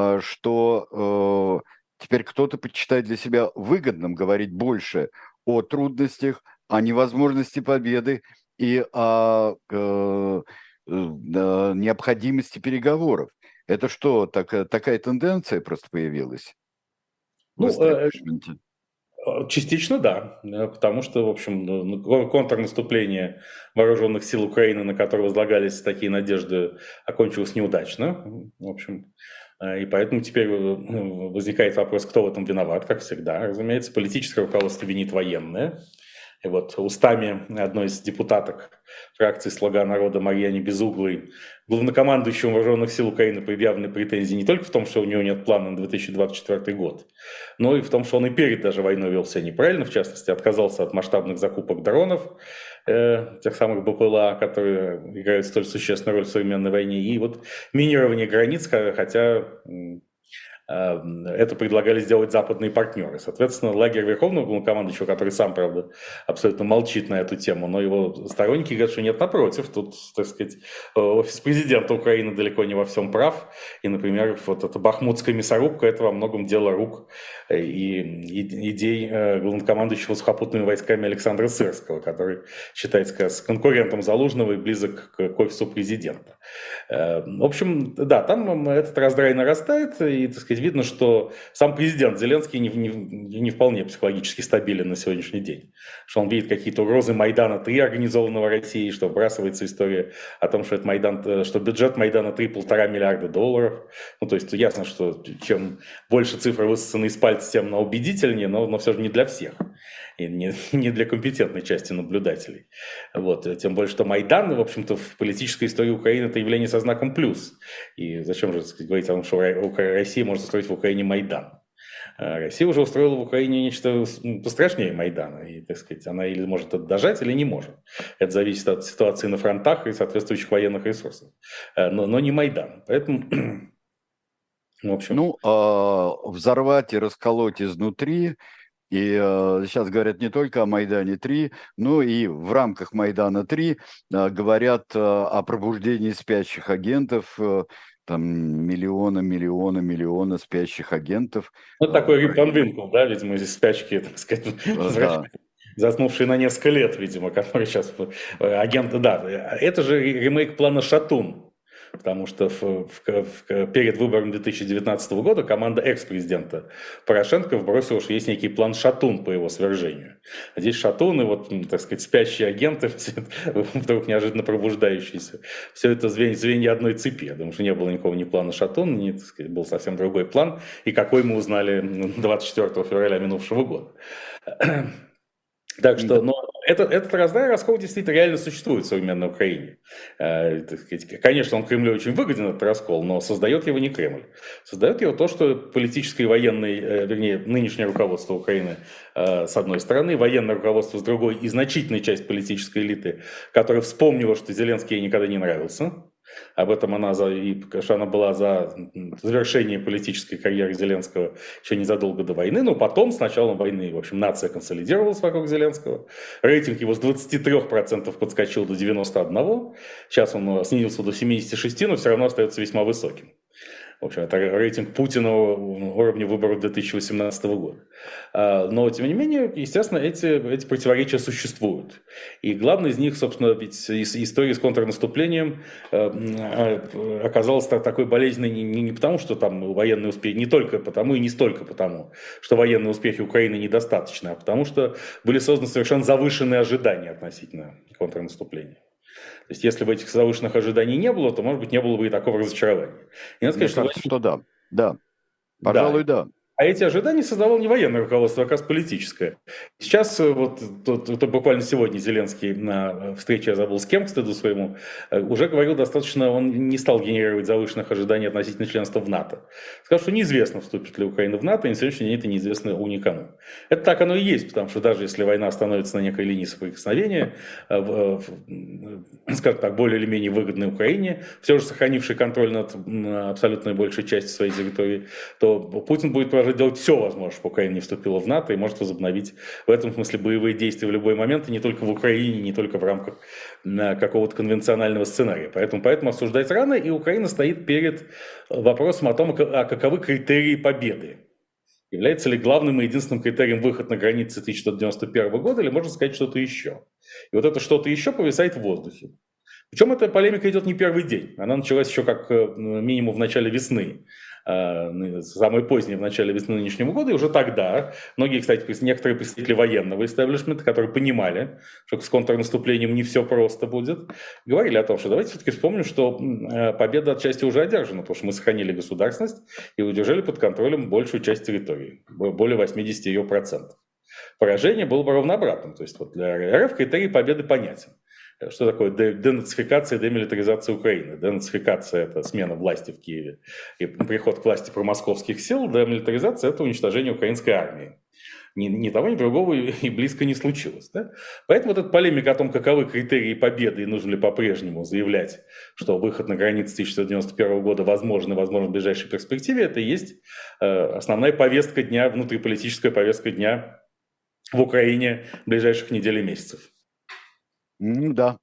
что теперь кто-то почитает для себя выгодным говорить больше о трудностях, о невозможности победы и о, о, о необходимости переговоров. Это что, так, такая тенденция просто появилась? Ну, частично да, потому что, в общем, контрнаступление вооруженных сил Украины, на которое возлагались такие надежды, окончилось неудачно, в общем, и поэтому теперь возникает вопрос, кто в этом виноват, как всегда, разумеется, политическое руководство винит военное. И вот устами одной из депутаток фракции «Слуга народа» Марьяне Безуглой главнокомандующему вооруженных сил Украины предъявлены претензии не только в том, что у него нет плана на две тысячи двадцать четвёртый год, но и в том, что он и перед даже войной вел себя неправильно, в частности, отказался от масштабных закупок дронов, э, тех самых БПЛА, которые играют столь существенную роль в современной войне, и вот минирование границ, хотя... Это предлагали сделать западные партнеры. Соответственно, лагерь Верховного главнокомандующего, который сам, правда, абсолютно молчит на эту тему, но его сторонники говорят, что нет, напротив. Тут, так сказать, офис президента Украины далеко не во всем прав. И, например, вот эта бахмутская мясорубка – это во многом дело рук и идей главнокомандующего сухопутными войсками Александра Сырского, который считается как раз конкурентом Залужного и близок к офису президента. В общем, да, там этот раздрай нарастает, и, так сказать, видно, что сам президент Зеленский не, не, не вполне психологически стабилен на сегодняшний день. Что он видит какие-то угрозы Майдана-три, организованного Россией, что вбрасывается история о том, что, это Майдан, что бюджет Майдана-три полтора миллиарда долларов. Ну, то есть ясно, что чем больше цифр высосаны из пальца, тем она убедительнее, но, но все же не для всех. И не, не для компетентной части наблюдателей. Вот. Тем более, что Майдан, в общем-то, в политической истории Украины это явление со знаком плюс. И зачем же, так сказать, говорить о том, что Россия может устроить в Украине Майдан? Россия уже устроила в Украине нечто пострашнее Майдана. И, так сказать, она или может это дожать, или не может. Это зависит от ситуации на фронтах и соответствующих военных ресурсов. Но, но не Майдан. Поэтому... В общем... Ну, э, взорвать и расколоть изнутри. И э, сейчас говорят не только о Майдане-три, но и в рамках Майдана-три э, говорят э, о пробуждении спящих агентов, э, там миллиона, миллиона, миллиона спящих агентов. Ну, такой Рип Ван Винкл, да, видимо, здесь спячки, так сказать, да. заснувшие на несколько лет, видимо, который сейчас агент, да, это же ремейк плана «Шатун». Потому что в, в, в, перед выбором две тысячи девятнадцатого года команда экс-президента Порошенко вбросила, что есть некий план «Шатун» по его свержению. А здесь «Шатун» и вот, так сказать, спящие агенты, вдруг неожиданно пробуждающиеся. Все это звенья, звенья одной цепи. Я думаю, что не было никакого ни плана «Шатун», ни, так сказать, был совсем другой план. И какой мы узнали двадцать четвёртого февраля минувшего года. Так что, но это, этот раздрай, раскол действительно реально существует в современной Украине. Э, конечно, он Кремлю очень выгоден, этот раскол, но создает его не Кремль. Создает его то, что политическое и военное, э, вернее, нынешнее руководство Украины э, с одной стороны, военное руководство с другой и значительная часть политической элиты, которая вспомнила, что Зеленский ей никогда не нравился. Об этом она, за, и, что она была за завершение политической карьеры Зеленского еще незадолго до войны, но потом, с началом войны, в общем, нация консолидировалась вокруг Зеленского. Рейтинг его с двадцати трёх процентов подскочил до девяноста одного процента. Сейчас он снизился до семидесяти шести процентов, но все равно остается весьма высоким. В общем, это рейтинг Путина уровня выборов две тысячи восемнадцатого года. Но, тем не менее, естественно, эти, эти противоречия существуют. И главное из них, собственно, ведь история с контрнаступлением оказалась такой болезненной не, не потому, что там военные успехи, не только потому и не столько потому, что военные успехи Украины недостаточны, а потому что были созданы совершенно завышенные ожидания относительно контрнаступления. То есть, если бы этих завышенных ожиданий не было, то, может быть, не было бы и такого разочарования. И надо сказать, Мне кажется, что, что да. Да. Пожалуй, да. да. А эти ожидания создавало не военное руководство, а как раз политическое. Сейчас, вот то, то, то буквально сегодня Зеленский на встрече, я забыл с кем, к стыду своему, уже говорил достаточно, он не стал генерировать завышенных ожиданий относительно членства в НАТО. Сказал, что неизвестно, вступит ли Украина в НАТО, и на сегодняшний день это неизвестно у никому. Это так оно и есть, потому что даже если война становится на некой линии соприкосновения, скажем так, более или менее выгодной Украине, все же сохранивший контроль над абсолютной большей частью своей территории, то Путин будет продолжать делать все возможное, чтобы Украина не вступила в НАТО и может возобновить в этом смысле боевые действия в любой момент, и не только в Украине, не только в рамках какого-то конвенционального сценария. Поэтому, поэтому осуждать рано, и Украина стоит перед вопросом о том, а каковы критерии победы. Является ли главным и единственным критерием выход на границы тысяча девятьсот девяносто первого года, или можно сказать что-то еще? И вот это что-то еще повисает в воздухе. Причем эта полемика идет не первый день. Она началась еще как минимум в начале весны. Самое позднее в начале весны нынешнего года, и уже тогда многие, кстати, некоторые представители военного истеблишмента, которые понимали, что с контрнаступлением не все просто будет, говорили о том, что давайте все-таки вспомним, что победа отчасти уже одержана, потому что мы сохранили государственность и удержали под контролем большую часть территории, более восемьдесят ее процентов. Поражение было бы ровно обратным, то есть вот для РФ критерий победы понятен. Что такое денацификация и демилитаризация Украины? Денацификация – это смена власти в Киеве и приход к власти промосковских сил. Демилитаризация – это уничтожение украинской армии. Ни, ни того, ни другого и близко не случилось. Да? Поэтому вот эта полемика о том, каковы критерии победы и нужно ли по-прежнему заявлять, что выход на границы тысяча девятьсот девяносто первого года возможен и возможен в ближайшей перспективе, это и есть э, основная повестка дня, внутриполитическая повестка дня в Украине ближайших недель и месяцев. Да.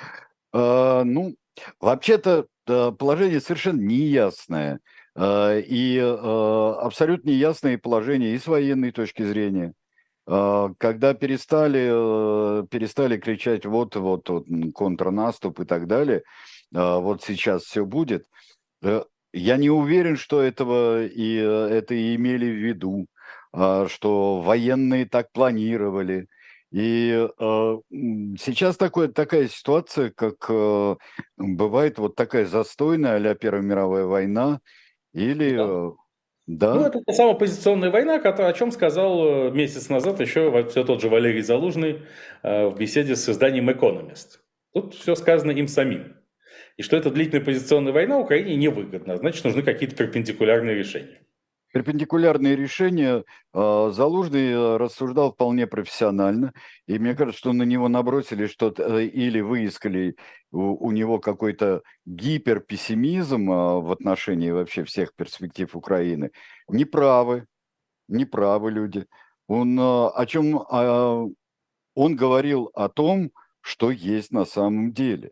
А, ну, вообще-то положение совершенно неясное. А, и а, абсолютно неясное положение и с военной точки зрения. А, когда перестали, перестали кричать вот, вот, вот контрнаступ и так далее, а, вот сейчас все будет. я не уверен, что этого и это и имели в виду, а, что военные так планировали. И э, м, сейчас такое, такая ситуация, как э, бывает вот такая застойная а-ля Первая мировая война, или Да. э, Ну, да, это та самая позиционная война, которая- о чем сказал э, месяц назад еще все тот же Валерий Залужный э, в беседе с изданием «Экономист». Тут все сказано им самим. И что эта длительная позиционная война Украине невыгодна, значит, нужны какие-то перпендикулярные решения. перпендикулярные решения. э, Залужный э, рассуждал вполне профессионально, и мне кажется, что на него набросили что-то э, или выискали у, у него какой-то гиперпессимизм э, в отношении вообще всех перспектив Украины. Неправы, неправы люди. Он э, о чем э, он говорил о том, что есть на самом деле.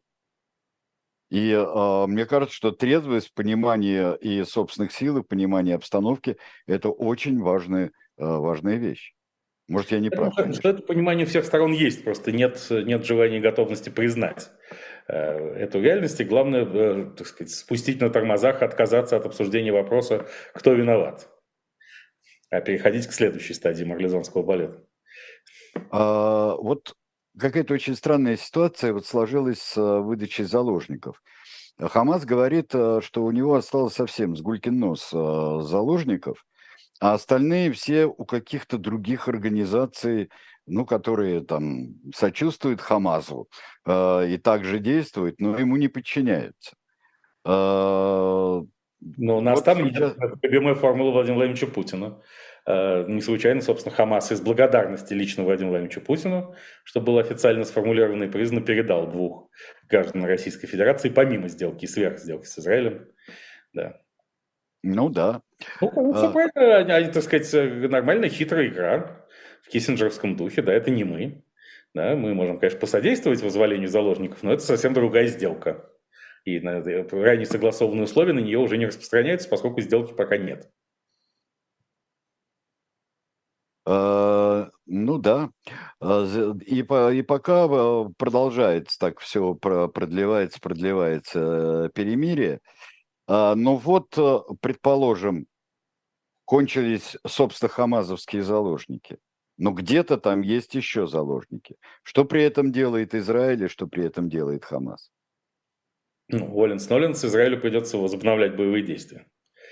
И а, мне кажется, что трезвость, понимание и собственных сил, и понимание обстановки – это очень важная, а, важная вещь. Может, я не Я думаю, прав, что что конечно. это понимание у всех сторон есть, просто нет, нет желания и готовности признать э, эту реальность. И главное, э, так сказать, спустить на тормозах, отказаться от обсуждения вопроса, кто виноват, а переходить к следующей стадии марлезонского балета. А, вот какая-то очень странная ситуация вот сложилась с а, выдачей заложников. Хамас говорит, а, что у него осталось совсем с гулькин нос а, заложников, а остальные все у каких-то других организаций, ну, которые там сочувствуют Хамасу э, и также действуют, но ему не подчиняются. Э, Но у нас вот там нет сейчас... любимая формула Владимира Владимировича Путина. Э, Не случайно, собственно, Хамас из благодарности лично Владимиру Владимировичу Путину, что было официально сформулировано и признано, передал двух граждан Российской Федерации, помимо сделки и сверх сделки с Израилем. Да. Ну да. Ну, все Э, правильно, они, они, так сказать, э, нормальная хитрая игра в киссинджеровском духе, да, это не мы. Да, мы можем, конечно, посодействовать вызволению заложников, но это совсем другая сделка. И на это- ранее согласованные условия на нее уже не распространяются, поскольку сделки пока нет. э, ну да. Э, з- И, по- и пока э, продолжается так все, продлевается, продлевается э, перемирие. А, но вот, э, предположим, кончились, собственно, хамазовские заложники. Но где-то там есть еще заложники. Что при этом делает Израиль и что при этом делает Хамас? Ну, Воленс-Ноленс, Израилю придется возобновлять боевые действия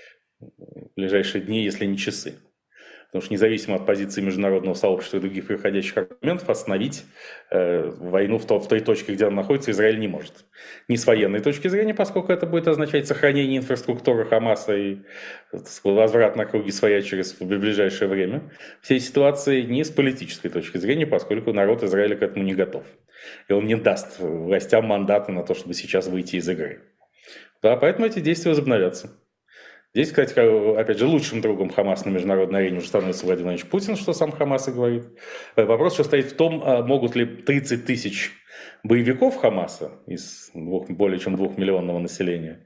в ближайшие дни, если не часы. Потому что независимо от позиции международного сообщества и других приходящих аргументов, остановить э, войну в, то, в той точке, где она находится, Израиль не может. Ни с военной точки зрения, поскольку это будет означать сохранение инфраструктуры Хамаса и так сказать, возврат на круги своя через ближайшее время. Всей ситуации ни с политической точки зрения, поскольку народ Израиля к этому не готов. И он не даст властям мандата на то, чтобы сейчас выйти из игры. Да, поэтому эти действия возобновятся. Здесь, кстати, опять же, лучшим другом Хамаса на международной арене уже становится Владимир Владимирович Путин, что сам Хамас и говорит. Вопрос еще стоит в том, могут ли тридцать тысяч боевиков Хамаса из двух, более чем двухмиллионного населения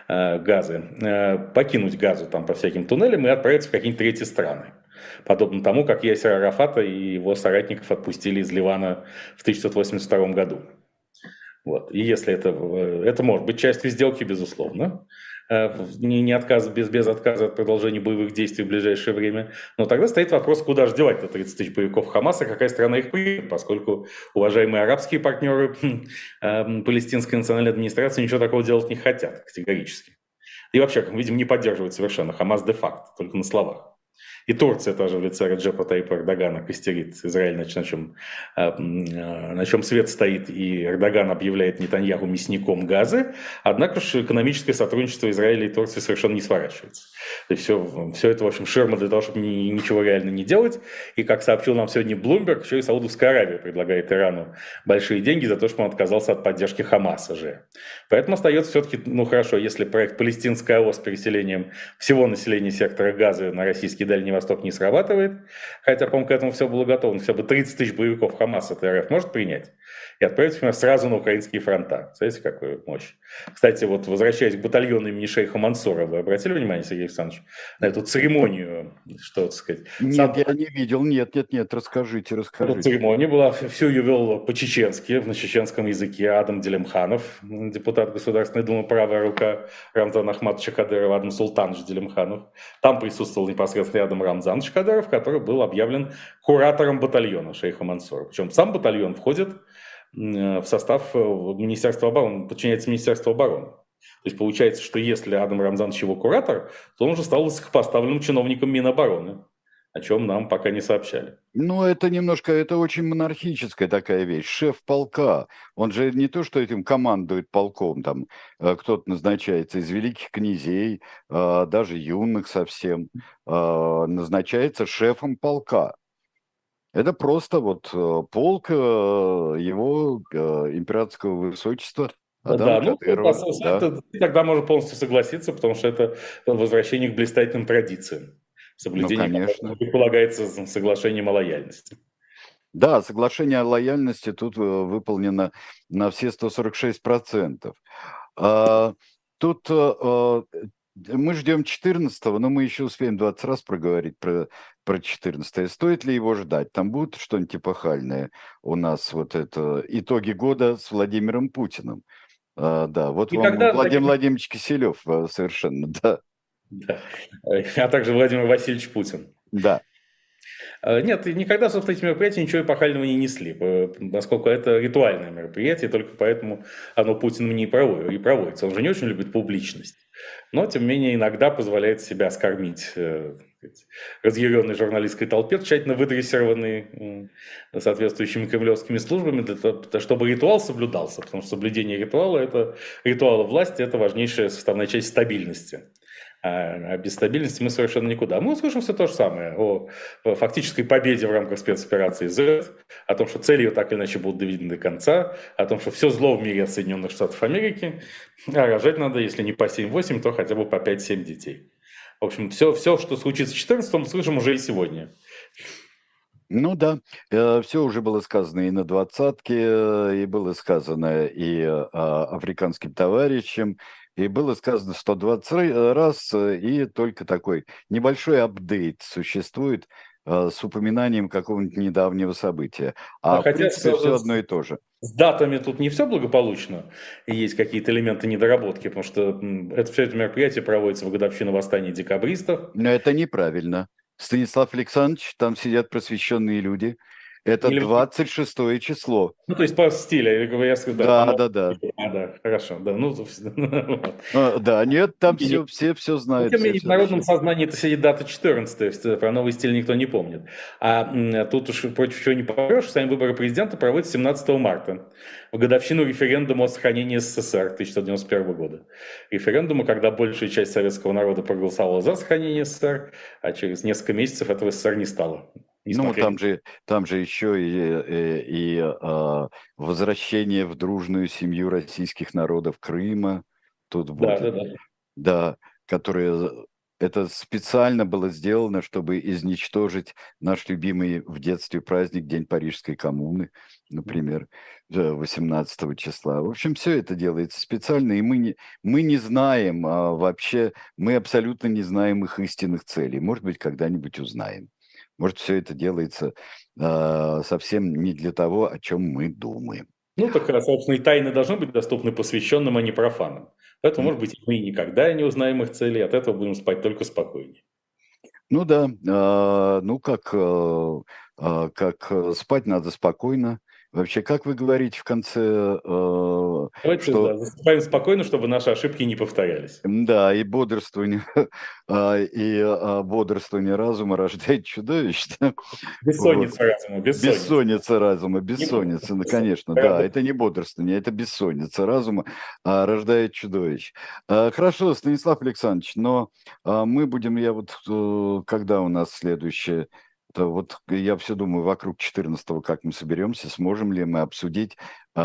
Газы покинуть Газу там по всяким туннелям и отправиться в какие-нибудь третьи страны. Подобно тому, как Ясера Арафата и его соратников отпустили из Ливана в тысяча девятьсот восемьдесят втором году. Вот. И если это, это может быть частью сделки, безусловно, не, не отказ, без, без отказа от продолжения боевых действий в ближайшее время, но тогда стоит вопрос, куда же девать-то тридцать тысяч боевиков Хамаса, какая страна их примет, поскольку уважаемые арабские партнеры э, палестинской национальной администрации ничего такого делать не хотят категорически. И вообще, как мы видим, не поддерживают совершенно Хамас де-факто, только на словах. И Турция тоже в лице Реджепа Таyyипа Эрдогана костерит Израиль, на чем, на чем свет стоит, и Эрдоган объявляет Нетаньяху мясником Газы, однако же экономическое сотрудничество Израиля и Турции совершенно не сворачивается. То есть все, все это, в общем, ширма для того, чтобы ни, ничего реально не делать. И, как сообщил нам сегодня Блумберг, еще и Саудовская Аравия предлагает Ирану большие деньги за то, что он отказался от поддержки Хамаса же. Поэтому остается все-таки, ну хорошо, если проект «Палестинская ОС» с переселением всего населения сектора Газы на российский Дальний Восток не срабатывает, хотя, по-моему, к этому все было готово. Хотя бы тридцать тысяч боевиков Хамас от РФ может принять и отправить, например, сразу на украинские фронта. Знаете, какую мощь. Кстати, вот возвращаясь к батальону имени шейха Мансура, вы обратили внимание, Сергей Александрович, на эту церемонию, что так сказать? Нет, Сам... я не видел, нет, нет, нет, расскажите, расскажите. Эта церемония была, всю ее вел по-чеченски, на чеченском языке Адам Делимханов, депутат Государственной Думы, правая рука Рамзана Ахматовича Кадырова, Адам Султанович Делимханов. Там присутствовал непосредственно Адам Рамзанович Кадыров, который был объявлен куратором батальона шейха Мансура. Причем сам батальон входит в состав Министерства обороны, подчиняется Министерству обороны. То есть получается, что если Адам Рамзанович его куратор, то он уже стал высокопоставленным чиновником Минобороны, о чем нам пока не сообщали. Ну, это немножко, это очень монархическая такая вещь. Шеф полка, он же не то, что этим командует полком, там кто-то назначается из великих князей, даже юных совсем, назначается шефом полка. Это просто вот полк его императорского высочества Адама да, Кадырова. Ну, да. Это, тогда можно полностью согласиться, потому что это возвращение к блистательным традициям. Соблюдение, ну, конечно. предполагается соглашением о лояльности. Да, соглашение о лояльности тут выполнено на все сто сорок шесть процентов. А, тут а, мы ждем четырнадцатого, но мы еще успеем двадцать раз проговорить про, про четырнадцатое. Стоит ли его ждать? Там будет что-нибудь эпохальное у нас, вот это итоги года с Владимиром Путиным. А, да, вот и вам Владимир таких... Владимирович Киселев совершенно, да. Да. А также Владимир Васильевич Путин. Да. Нет, никогда, собственно, эти мероприятия ничего эпохального не несли, поскольку это ритуальное мероприятие, только поэтому оно Путиным не проводит, и проводится. Он же не очень любит публичность, но, тем не менее, иногда позволяет себя скормить разъяренной журналистской толпе, тщательно выдрессированной соответствующими кремлевскими службами, для того, чтобы ритуал соблюдался, потому что соблюдение ритуала, это, ритуала власти – это важнейшая составная часть стабильности. А без стабильности мы совершенно никуда. Мы услышим все то же самое о фактической победе в рамках спецоперации Z, о том, что цели ее так или иначе будут доведены до конца, о том, что все зло в мире от Соединенных Штатов Америки, а рожать надо, если не по семь-восемь, то хотя бы по пять-семь детей. В общем, все, все, что случится в четырнадцатом, мы слышим уже и сегодня. Ну да, все уже было сказано и на двадцатке, и было сказано и африканским товарищам, и было сказано сто двадцать раз, и только такой небольшой апдейт существует с упоминанием какого-нибудь недавнего события. А, а в принципе все одно и то же. С датами тут не все благополучно, и есть какие-то элементы недоработки, потому что это, все это мероприятие проводится в годовщину восстания декабристов. Но это неправильно. Станислав Александрович, там сидят просвещенные люди. Это Или... двадцать шестое число. Ну, то есть по стилю. Я скажу, да, да, да. А, да, хорошо. Да, ну, а, да, нет, там все, все, все знают. Тем не менее, в народном сознании это сидит дата четырнадцатое, про новый стиль никто не помнит. А тут уж против чего не попрешь, сами выборы президента проводятся семнадцатого марта, в годовщину референдума о сохранении СССР тысяча девятьсот девяносто первого года. Референдума, когда большая часть советского народа проголосовала за сохранение СССР, а через несколько месяцев этого СССР не стало. Ну, там же, там же еще и, и, и а, возвращение в дружную семью российских народов Крыма. Тут будет, да, да, да. Да, которое это специально было сделано, чтобы изничтожить наш любимый в детстве праздник День Парижской коммуны, например, восемнадцатого числа. В общем, все это делается специально, и мы не, мы не знаем а, вообще, мы абсолютно не знаем их истинных целей. Может быть, когда-нибудь узнаем. Может, все это делается э, совсем не для того, о чем мы думаем. Ну, так, собственно, и тайны должны быть доступны посвященным, а не профанам. Поэтому, mm. может быть, мы никогда не узнаем их целей, от этого будем спать только спокойнее. Ну да, э, ну как, э, э, как спать надо спокойно. Вообще, как вы говорите в конце? Э, Давайте что... да, засыпаем спокойно, чтобы наши ошибки не повторялись. Да, и бодрствование, и бодрствование разума рождает чудовищ. Бессонница вот. разума, бессонница. Бессонница разума, бессонница, ну, конечно, да, это не бодрствование, это бессонница разума а, рождает чудовищ. А, хорошо, Станислав Александрович, но а, мы будем, я вот, когда у нас следующее... Вот я все думаю, вокруг четырнадцатого, как мы соберемся, сможем ли мы обсудить э,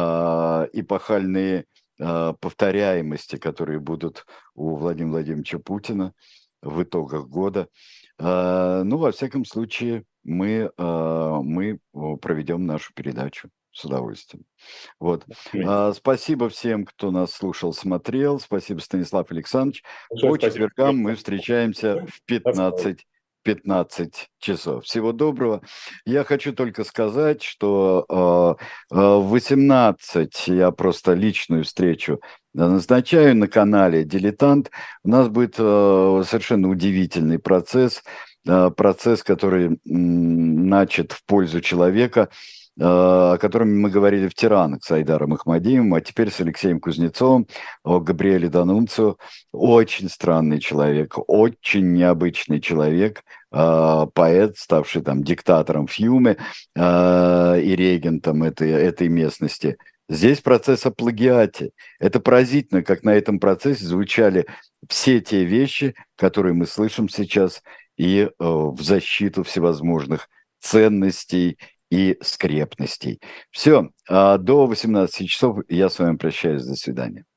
эпохальные э, повторяемости, которые будут у Владимира Владимировича Путина. в итогах года. Ну, во всяком случае, мы, мы проведем нашу передачу с удовольствием. Вот. Спасибо всем, кто нас слушал, смотрел. Спасибо, Станислав Александрович. По четвергам мы встречаемся в пятнадцать пятнадцать часов. Всего доброго. Я хочу только сказать, что э, в восемнадцать я просто личную встречу назначаю на канале «Дилетант». У нас будет э, совершенно удивительный процесс, э, процесс, который м, начат в пользу человека, о котором мы говорили в «Тиранах» с Айдаром Ахмадиевым, а теперь с Алексеем Кузнецовым, о Габриэле Данунцио. Очень странный человек, очень необычный человек, поэт, ставший там диктатором Фьюме и регентом этой, этой местности. Здесь процесс о плагиате. Это поразительно, как на этом процессе звучали все те вещи, которые мы слышим сейчас, и в защиту всевозможных ценностей и скрепностей. Все, до восемнадцати часов я с вами прощаюсь. До свидания.